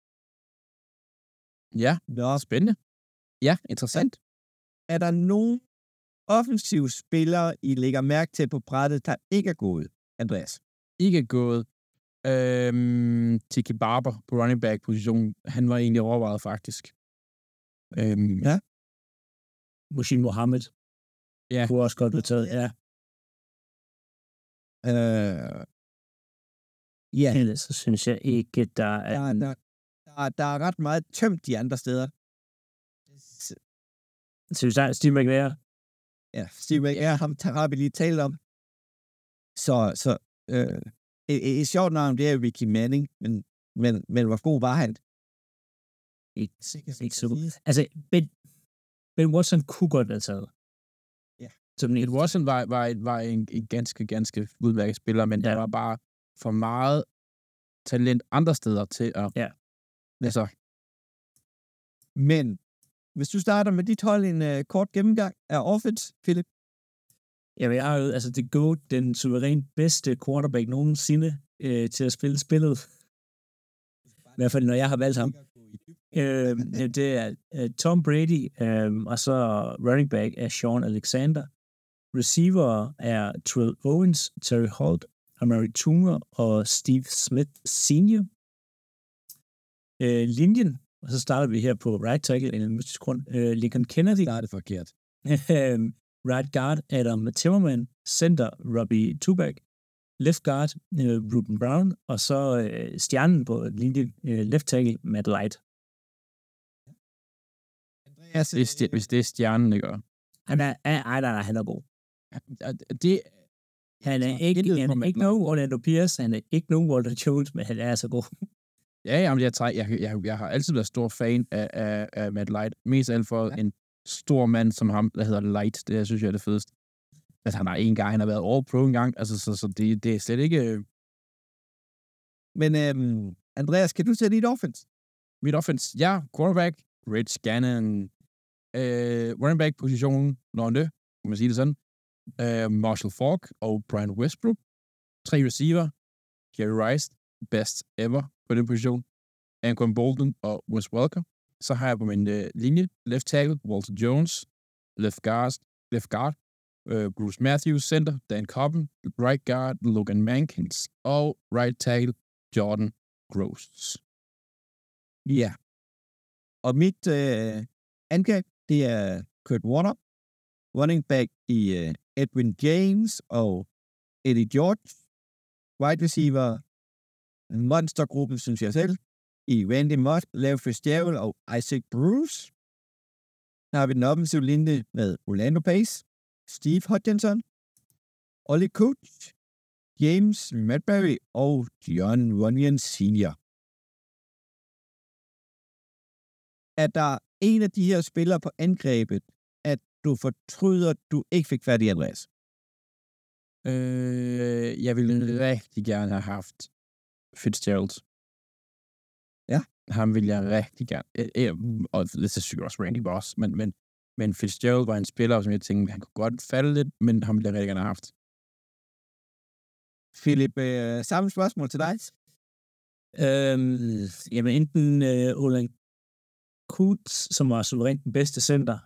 Ja, det er spændende. Ja, interessant. Er der nogen offensive spillere, I lægger mærke til på brættet, der ikke er gået, Andreas? Ikke er gået. Tiki Barber på running back positionen, han var egentlig overvejet faktisk. Ja. Muhsin Mohammed. Ja. Kunne også godt blive taget, ja. Ja. Ellers så synes jeg ikke, der er... Der er ret meget tømt de andre steder. Så vi starter Steve McNair. Ja, Steve McNair, ham har vi lige talt om. Så et sjovt navn, det er Ricky Manning, men hvor god var han? Ikke så god. Altså, Ben Watson kunne godt have taget. Ja. Ben Watson var en ganske udmærket spiller, men der var bare for meget talent andre steder til at... Ja. Altså. Men hvis du starter med dit hold en kort gennemgang af offense, Philip? Ja, jeg har jo det GOAT, den suverænt bedste quarterback nogensinde til at spille spillet. I hvert fald, når jeg har valgt ham. Det er Tom Brady, og så running back er Sean Alexander. Receiver er Terrell Owens, Terry Holt, Amari Toomer og Steve Smith Senior. Linjen, og så starter vi her på right tackle, en mystisk grund. Lincoln Kennedy. Der er det forkert. Right guard, Adam Timmerman. Center, Robbie Tubac. Left guard, Ruben Brown. Og så stjernen på linjen, left tackle, Matt Light. Hvis det er stjernen, ikke? Han er god. Han er ikke nogen Orlando Pierce, han er ikke nogen Walter Jones, men han er så god. Ja, jamen, jeg har altid været stor fan af Matt Light. Mest af alt for en stor mand som ham, der hedder Light. Det synes jeg er det fedeste. Altså, han har været All-Pro en gang, altså, så det er slet ikke... Men Andreas, kan du sætte dit offense? Mit offense, ja, quarterback, Rich Gannon, running back positionen, det, kan man sige det sådan, Marshall Faulk og Brian Westbrook, 3 receiver, Jerry Rice, best ever på den position, Anquan Bolden og Wes Welker. Så har jeg på min linje, left tackle, Walter Jones, left guard, Bruce Matthews, center, Dan Cobben, right guard, Logan Mankins, og right tackle, Jordan Gross. Ja. Og mit angreb, det er Kurt Warner, running back i Edwin James og Eddie George, wide receiver, monstergruppen, synes jeg selv, i Randy Moss, Larry Fitzgerald og Isaac Bruce. Så har vi den offensive linje med Orlando Pace, Steve Hodgkinson, Ollie Coach, James Madbury og John Runyon Sr. Er der en af de her spillere på angrebet, at du fortryder, at du ikke fik fat i, Andreas? Jeg ville rigtig gerne have haft Fitzgerald. Ja. Ham ville jeg rigtig gerne. Og det er sikkert også Randy Moss, men Fitzgerald var en spiller, som jeg tænkte, han kunne godt falde lidt, men ham ville jeg rigtig gerne have haft. Philip, samme spørgsmål til dig. Jamen enten Olan Kutz, som var suverænt den bedste center,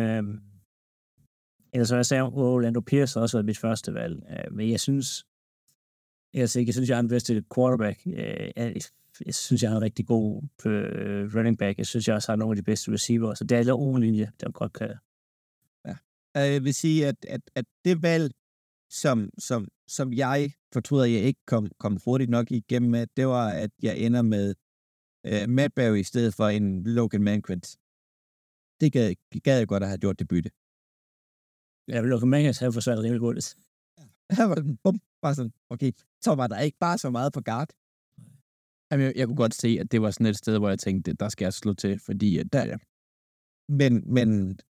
eller som jeg sagde, Orlando Pierce har også været mit første valg. Men jeg synes, jeg er den bedste quarterback. Jeg synes, jeg har en rigtig god running back. Jeg synes, jeg også har nogle af de bedste receiver. Så det er lidt overlinje, der godt kan. Ja. Jeg vil sige, at det valg, som jeg fortryder, jeg ikke kom hurtigt nok igennem med, det var, at jeg ender med Madbury i stedet for en Logan Manquint. Det gad jeg godt at have gjort det bytte. Ja, Logan Manquint havde forsvaret rimelig hurtigt. Her var den bum, bare sådan, okay, så var der ikke bare så meget på guard. Jamen, jeg kunne godt se, at det var sådan et sted, hvor jeg tænkte, der skal jeg slå til, fordi der er Men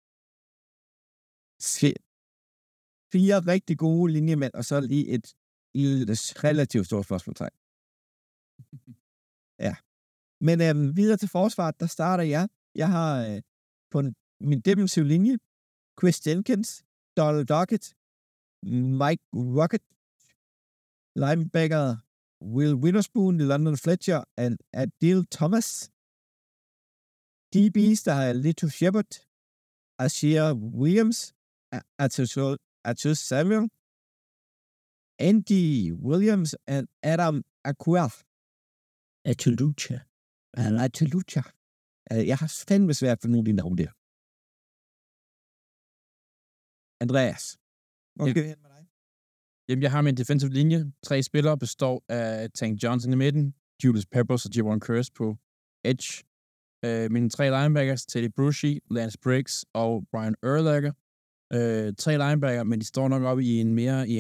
4 rigtig gode linjemænd, og så lige et relativt stort spørgsmålstegn. Ja. Men videre til forsvaret, der starter jeg. Jeg har på min defensive linje Chris Jenkins, Donald Dockett, Mike Rocket, linebacker Will Witherspoon, London Fletcher og Adil Thomas. DB's, der har Lito Shepard, Ashir Williams, Atus Samuel, Andy Williams og Adam Akuaf. Atulucha. Jeg har fandme svært for nogle af de navne der. Andreas, hvor skal vi hen med dig? Jamen, jeg har min defensive linje. 3 spillere består af Tank Johnson i midten, Julius Peppers og Javon Curse på edge. Mine 3 linebackers, Teddy Bruschi, Lance Briggs og Brian Urlacher. 3 linebacker, men de står nok op i en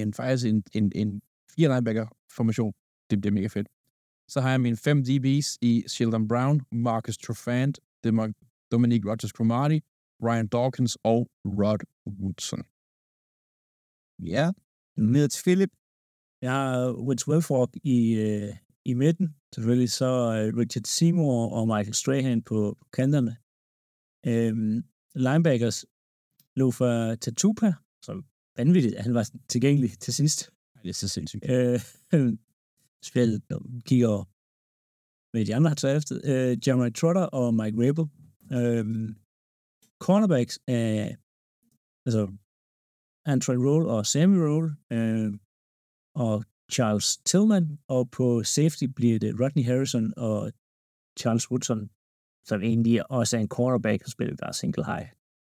4 linebacker formation. Det bliver mega fedt. Så har jeg mine 5 DB's i Sheldon Brown, Marcus Trufant, Dominic Rodgers-Cromartie, Ryan Dawkins og Rod Woodson. Ja, ned til Philip. Jeg har Wentz Wilfork i midten. Selvfølgelig så Richard Seymour og Michael Strahan på kanterne. Linebackers Lofa Tatupa, som vanvittigt, han var tilgængelig til sidst. Det er så sindssygt. Spillet, når man kigger med de andre har taget efter. Jeremy Trotter og Mike Rabel. Cornerbacks altså Andre Roll og Sammy Roll og Charles Tillman, og på safety bliver det Rodney Harrison og Charles Woodson, som egentlig også er en cornerback, der spiller bare single high.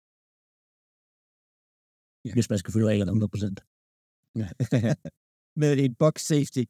Ja. Hvis man skal følge reglerne 100%. Med et box safety.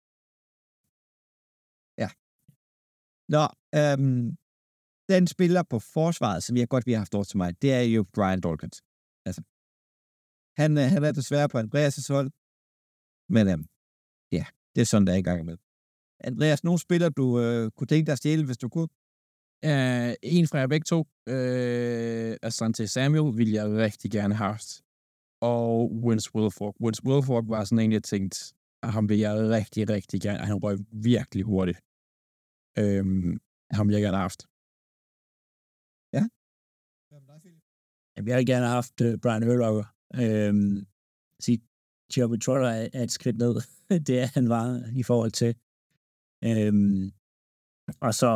Ja. Nå, den spiller på forsvaret, som jeg godt vil have haft over til mig, det er jo Brian Dawkins. Altså, han er desværre på Andreas' hold, men ja, det er sådan, der er i gang med. Andreas, nogle spiller, du kunne tænke dig at stjæle, hvis du kunne? En fra jer begge to, Asante Samuel, ville jeg rigtig gerne have haft. Og Wentz Wilfork. Wentz Wilfork var sådan en, jeg tænkte, at ham vil jeg rigtig, rigtig gerne. Han røg virkelig hurtigt. Ham vil jeg gerne have haft. Ja. Jeg vil gerne have haft Brian Urlacher. Jeremy Trotter er et skridt ned. Det er han var i forhold til. Og så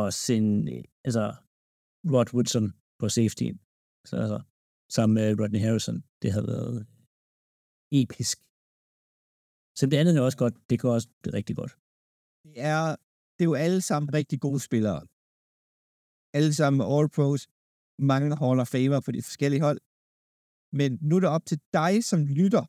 Rod Woodson på safety. Så altså, sammen med Rodney Harrison. Det havde været episk. Så det andet er også godt. Det går også rigtig godt. Det er jo alle sammen rigtig gode spillere. Alle sammen All-Pros. Mange Hall of Famer på de forskellige hold. Men nu er det op til dig, som lytter.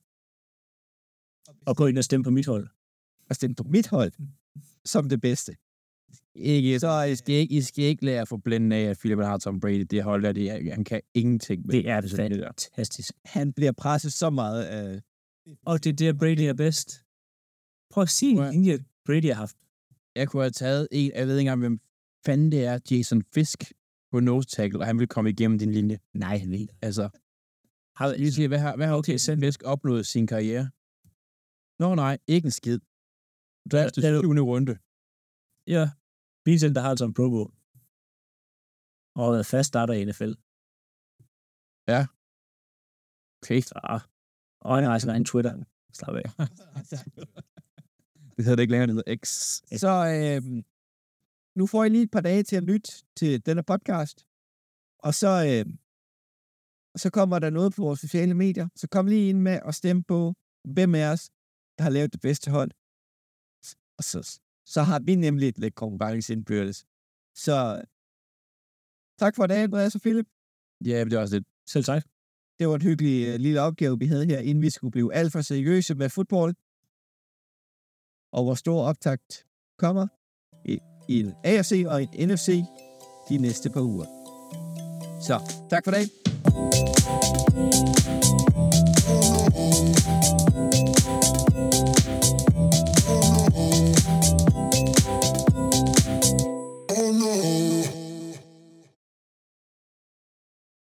Og gå ind og stemme på mit hold. Og stemme på mit hold som det bedste. I skal ikke lade at få blændet af, at Philip har Tom Brady. Det hold der, han kan ingenting med. Det er det fantastisk. Han bliver presset så meget af... Og det er der, Brady er bedst. Prøv at se en linje, Brady har haft. Jeg kunne have taget en, jeg ved ikke engang, hvem fanden det er, Jason Fisk på nose tackle, og han vil komme igennem din linje. Nej, han ved. Altså, hvad har Jason Fisk opnået sin karriere? Nå nej, ikke en skid. Draftet 7. runde. Ja, Beaton, der har altså en Pro Bowl. Og har været fast starter i NFL. Ja. Okay. Og han rejser en Twitter. Slap af. Det hedder det ikke længere, det hedder X. Så nu får I lige et par dage til at lytte til denne podcast. Og så kommer der noget på vores sociale medier. Så kom lige ind med og stem på, hvem af os, der har lavet det bedste hold. Og så har vi nemlig lidt konkurrence indbyrdes. Så tak for i dag, Andreas og Philip. Ja, det var også lidt. Selv tak. Det var en hyggelig lille opgave, vi havde her, inden vi skulle blive alt for seriøse med fodbold. Og hvor stor optakt kommer i en AFC og en NFC de næste par uger. Så tak for i dag.